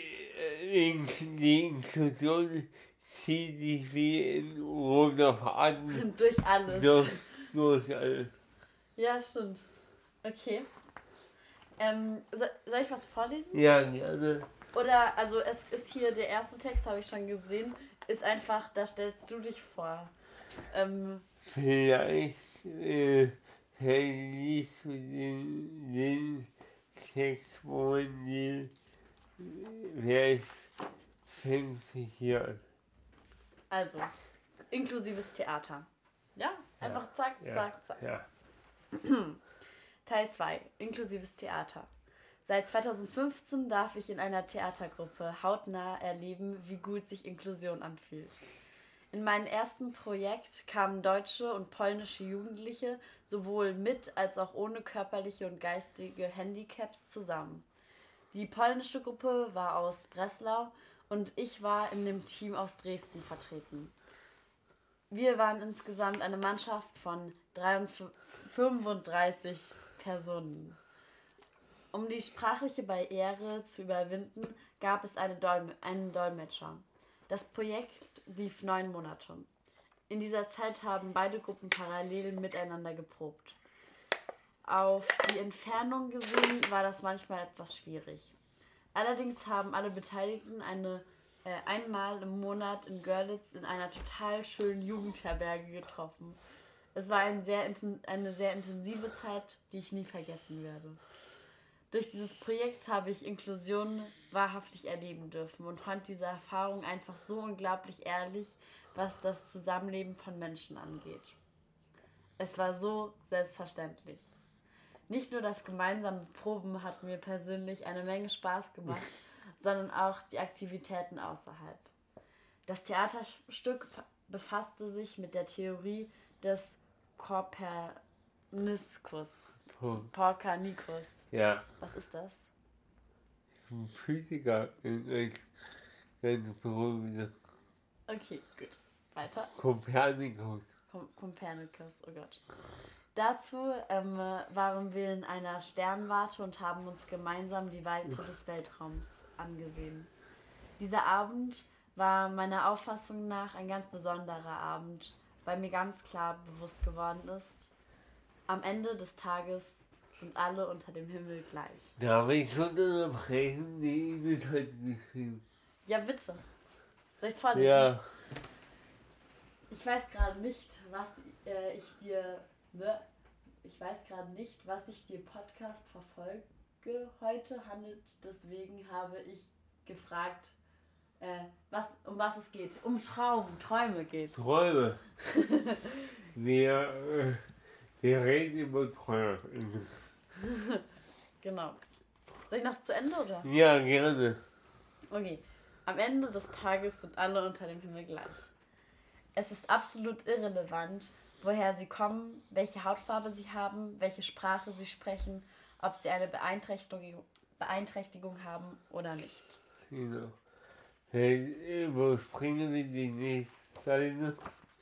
Die Inklusion zieht sich wie ein roter Faden durch alles. durch, durch alles. Ja, stimmt. Okay. Ähm, so, soll ich was vorlesen? Ja, gerne. Oder, also es ist hier, der erste Text, habe ich schon gesehen, ist einfach, da stellst du dich vor. Ähm, Vielleicht äh, liest du den, den Text vor, den vielleicht fängt sich hier an. also, inklusives Theater. Ja, einfach Ja, zack, ja, zack, zack. Ja. Teil zwei, inklusives Theater. Seit zweitausendfünfzehn darf ich in einer Theatergruppe hautnah erleben, wie gut sich Inklusion anfühlt. In meinem ersten Projekt kamen deutsche und polnische Jugendliche sowohl mit als auch ohne körperliche und geistige Handicaps zusammen. Die polnische Gruppe war aus Breslau und ich war in dem Team aus Dresden vertreten. Wir waren insgesamt eine Mannschaft von fünfunddreißig Personen. Um die sprachliche Barriere zu überwinden, gab es eine Dolm- einen Dolmetscher. Das Projekt lief neun Monate. In dieser Zeit haben beide Gruppen parallel miteinander geprobt. Auf die Entfernung gesehen war das manchmal etwas schwierig. Allerdings haben alle Beteiligten eine, äh, einmal im Monat in Görlitz in einer total schönen Jugendherberge getroffen. Es war ein sehr, eine sehr intensive Zeit, die ich nie vergessen werde. Durch dieses Projekt habe ich Inklusion wahrhaftig erleben dürfen und fand diese Erfahrung einfach so unglaublich ehrlich, was das Zusammenleben von Menschen angeht. Es war so selbstverständlich. Nicht nur das gemeinsame Proben hat mir persönlich eine Menge Spaß gemacht, sondern auch die Aktivitäten außerhalb. Das Theaterstück befasste sich mit der Theorie des Kopernikus. Kopernikus. Ja. Was ist das? Das ist ein Physiker, ein ganz berühmter. Okay, gut. Weiter. Kopernikus. Kom- Kopernikus, oh Gott. Dazu ähm, waren wir in einer Sternwarte und haben uns gemeinsam die Weite des Weltraums angesehen. Dieser Abend war meiner Auffassung nach ein ganz besonderer Abend, weil mir ganz klar bewusst geworden ist, am Ende des Tages sind alle unter dem Himmel gleich. Darf ich schon unterbrechen? Die E-Mail hat geschrieben. Ja, bitte. Soll ich es vorlesen? Ja. Ich weiß gerade nicht, was äh, ich dir... Ne? Ich weiß gerade nicht, was ich dir Podcast verfolge heute handelt. Deswegen habe ich gefragt, äh, was, um was es geht. Um Traum, Träume geht's. Träume. wir, äh, wir reden über Träume. Genau. Soll ich noch zu Ende, oder? Ja, gerne. Okay. Am Ende des Tages sind alle unter dem Himmel gleich. Es ist absolut irrelevant, woher sie kommen, welche Hautfarbe sie haben, welche Sprache sie sprechen, ob sie eine Beeinträchtigung, Beeinträchtigung haben oder nicht. Genau. Überspringen wir die nächste Seite.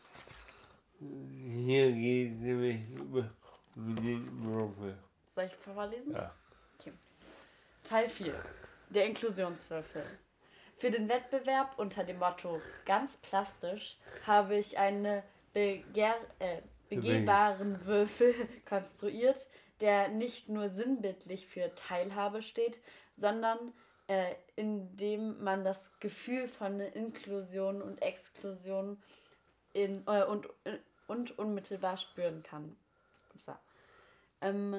Hier geht es nämlich über den Würfel. Soll ich vorlesen? Ja. Okay. Teil vier. Der Inklusionswürfel. Für den Wettbewerb unter dem Motto ganz plastisch habe ich einen begehr, äh, begehbaren Würfel konstruiert, der nicht nur sinnbildlich für Teilhabe steht, sondern äh, in dem man das Gefühl von Inklusion und Exklusion in, äh, und, und unmittelbar spüren kann. So. Ähm,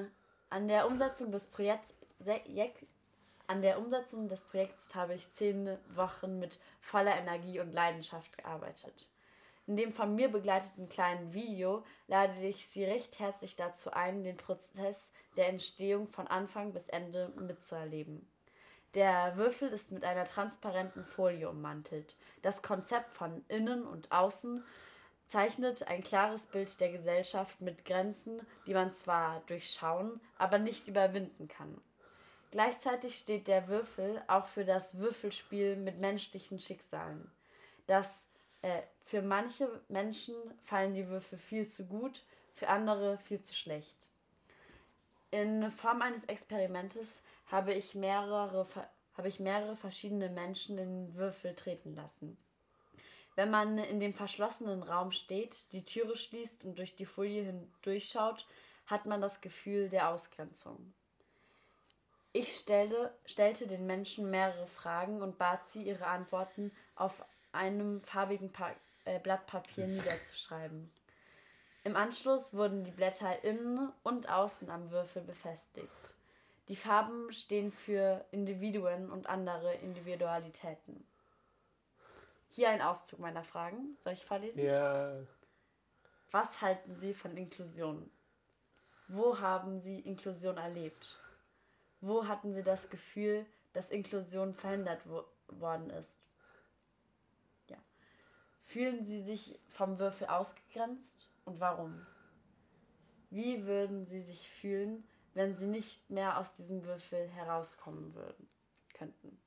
An der Umsetzung des Projekts, an der Umsetzung des Projekts habe ich zehn Wochen mit voller Energie und Leidenschaft gearbeitet. In dem von mir begleiteten kleinen Video lade ich Sie recht herzlich dazu ein, den Prozess der Entstehung von Anfang bis Ende mitzuerleben. Der Würfel ist mit einer transparenten Folie ummantelt. Das Konzept von innen und außen zeichnet ein klares Bild der Gesellschaft mit Grenzen, die man zwar durchschauen, aber nicht überwinden kann. Gleichzeitig steht der Würfel auch für das Würfelspiel mit menschlichen Schicksalen. Das äh, für manche Menschen fallen die Würfel viel zu gut, für andere viel zu schlecht. In Form eines Experimentes habe ich mehrere, habe ich mehrere verschiedene Menschen in den Würfel treten lassen. Wenn man in dem verschlossenen Raum steht, die Türe schließt und durch die Folie hindurchschaut, hat man das Gefühl der Ausgrenzung. Ich stelle, stellte den Menschen mehrere Fragen und bat sie, ihre Antworten auf einem farbigen pa- äh, Blatt Papier niederzuschreiben. Im Anschluss wurden die Blätter innen und außen am Würfel befestigt. Die Farben stehen für Individuen und andere Individualitäten. Hier ein Auszug meiner Fragen. Soll ich vorlesen? Ja. Was halten Sie von Inklusion? Wo haben Sie Inklusion erlebt? Wo hatten Sie das Gefühl, dass Inklusion verhindert wo- worden ist? Ja. Fühlen Sie sich vom Würfel ausgegrenzt und warum? Wie würden Sie sich fühlen, wenn Sie nicht mehr aus diesem Würfel herauskommen würden, könnten?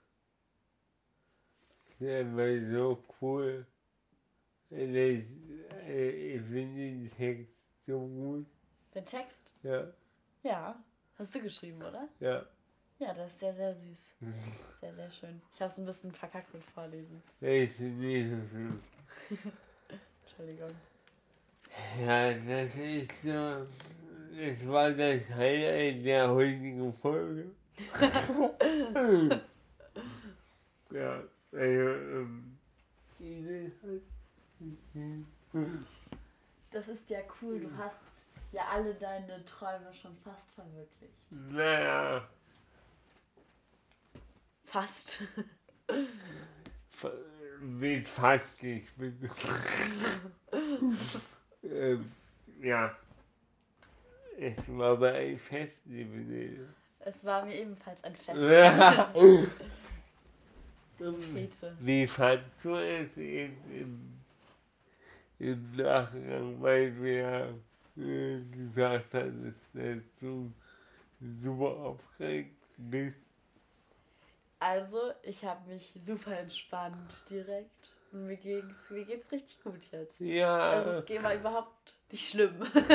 Das war so cool. Das, äh, ich finde den Text so gut. Den Text? Ja. Ja. Hast du geschrieben, oder? Ja. Ja, das ist sehr, sehr süß. Sehr, sehr schön. Ich habe es ein bisschen verkackt mit Vorlesen. Das ist nicht so schlimm. Entschuldigung. Ja, das ist so. Das war das Highlight der heutigen Folge. Ja, also, ähm. Das ist ja cool. Du hast ja alle deine Träume schon fast verwirklicht. Naja. Fast. Mit fast nicht. Mit ähm, ja. Es war aber ein Fest, liebe Nele. Es war mir ebenfalls ein Fest. Ja. Fete. Wie fandst du es in, im, im Nachgang, weil du ja äh, gesagt hast, dass du super aufgeregt bist? Also, ich habe mich super entspannt direkt. Und mir, ging's, mir geht's richtig gut jetzt. Ja. Also, es geht mal überhaupt nicht schlimm.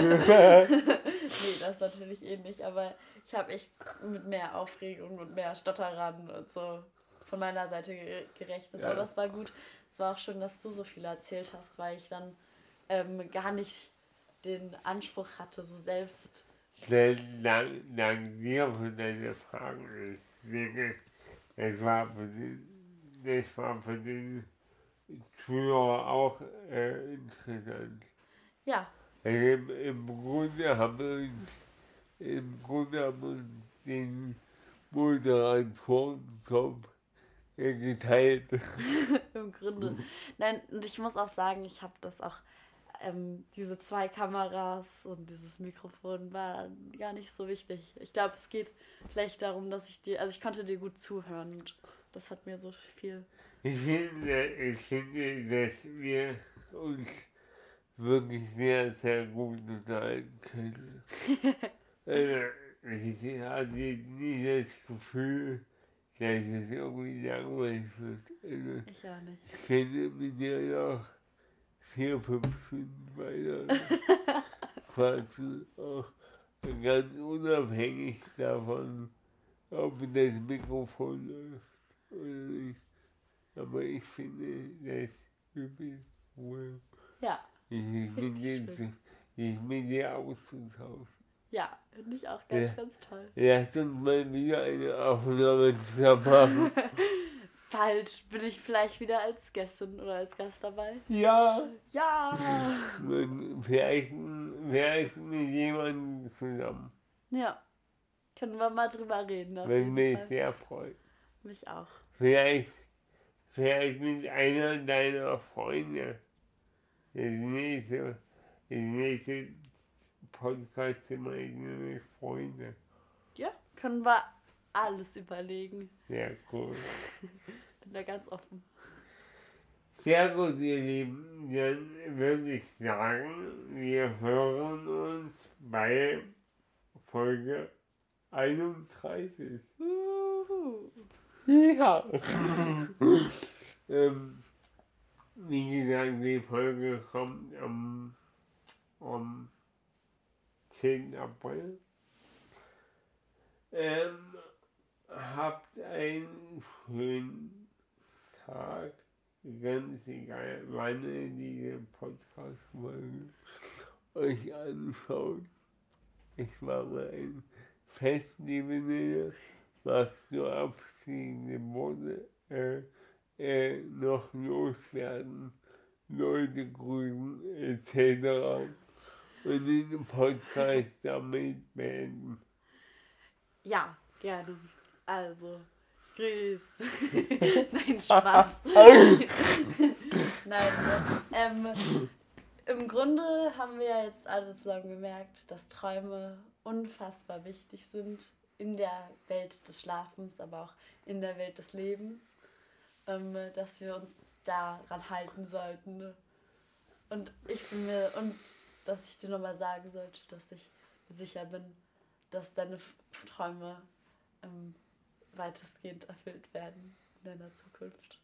Nee, das natürlich eh nicht. Aber ich habe echt mit mehr Aufregung und mehr Stotterern und so von meiner Seite gerechnet. Ja. Aber es war gut. Es war auch schön, dass du so viel erzählt hast, weil ich dann ähm, gar nicht den Anspruch hatte, so selbst. Dank, dank dir für deine Fragen. Das war für den, das war für den Zuhörer auch äh, interessant. Ja. Also im, im Grunde haben wir uns, im Grunde haben wir uns den Moderatorenjob äh, geteilt. Im Grunde. Nein, und ich muss auch sagen, ich habe das auch, ähm, diese zwei Kameras und dieses Mikrofon war gar nicht so wichtig. Ich glaube, es geht vielleicht darum, dass ich dir, also ich konnte dir gut zuhören und das hat mir so viel. Ich finde, ich finde, dass wir uns wirklich sehr, sehr gut unterhalten können. Also, ich hatte nie das Gefühl, dass es irgendwie langweilig wird. Also, Ich auch nicht. ich könnte mit dir noch vier, fünf Stunden weiter quatschen, auch ganz unabhängig davon, ob das Mikrofon läuft oder nicht. Aber ich finde, dass du bist wohl. Ja. Ich bin jetzt, ich bin dir auszutauschen. Ja, finde ich auch ganz, Ja. ganz toll. Lass uns mal wieder eine Aufnahme zusammen machen. Bald bin ich vielleicht wieder als Gästin oder als Gast dabei. Ja. Ja! Und vielleicht, vielleicht mit jemandem zusammen. Ja, können wir mal drüber reden. Auf Würde jeden mich Fall. sehr freuen. Mich auch. Vielleicht, vielleicht mit einer deiner Freunde. Das nächste, das nächste Podcast sind meine Freunde. Ja, können wir alles überlegen. Sehr cool. Bin da ganz offen. Sehr gut, ihr Lieben. Dann würde ich sagen, wir hören uns bei Folge einunddreißig. Uhu. Ja. ähm, wie gesagt, die Folge kommt am, am zehnten April. Ähm, habt einen schönen Tag, ganz egal, wann ihr diese Podcast-Folge euch anschaut. Ich mache ein Fest, liebe Nähe. Magst du abschließende Worte äh, äh, noch loswerden, Leute grüßen et cetera und den Podcast damit beenden? Ja, gerne. Also, grüß. Nein, Spaß. Nein, ähm, im Grunde haben wir ja jetzt alle zusammen gemerkt, dass Träume unfassbar wichtig sind in der Welt des Schlafens, aber auch in der Welt des Lebens, ähm, dass wir uns daran halten sollten. Und ich bin mir, und dass ich dir nochmal sagen sollte, dass ich sicher bin, dass deine Träume ähm, weitestgehend erfüllt werden in deiner Zukunft.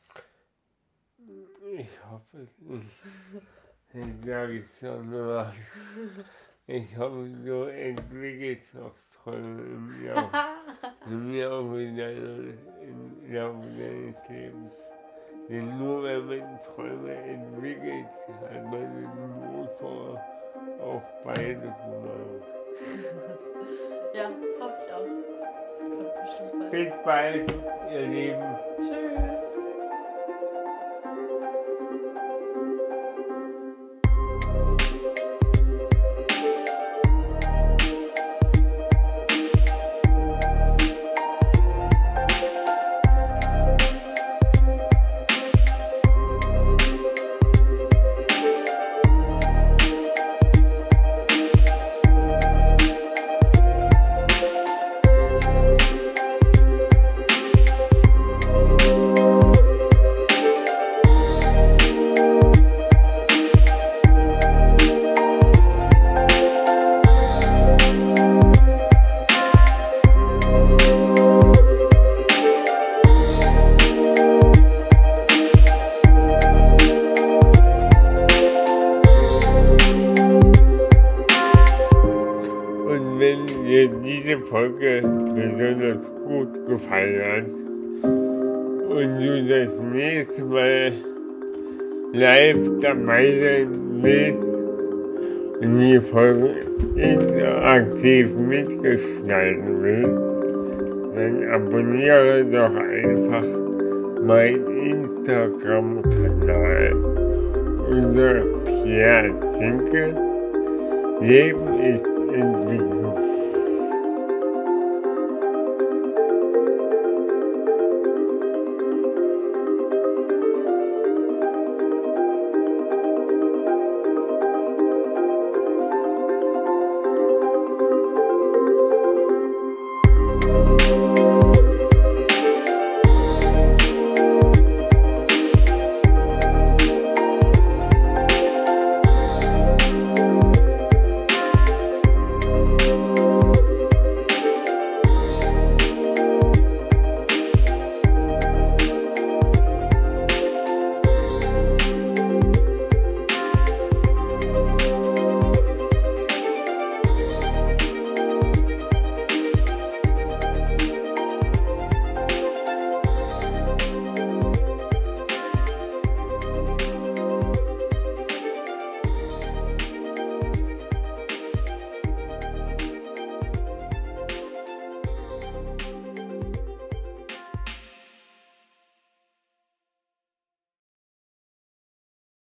Ich hoffe es nicht. Ich sage es schon nur. Ich hoffe, du entwickelst noch Träume im Laufe, im Laufe deiner, im Laufe deines Lebens. Denn nur wenn man Träume entwickelt, hat man den Motor auf beide zu machen. Ja, hoffe ich auch. Kommt bestimmt bald. Bis bald, ihr Lieben. Tschüss. Diese Folge besonders gut gefallen hat und du das nächste Mal live dabei sein willst und die Folge interaktiv mitgestalten willst, dann abonniere doch einfach meinen Instagram-Kanal unter Pierre Zinke. Leben ist Entwicklung.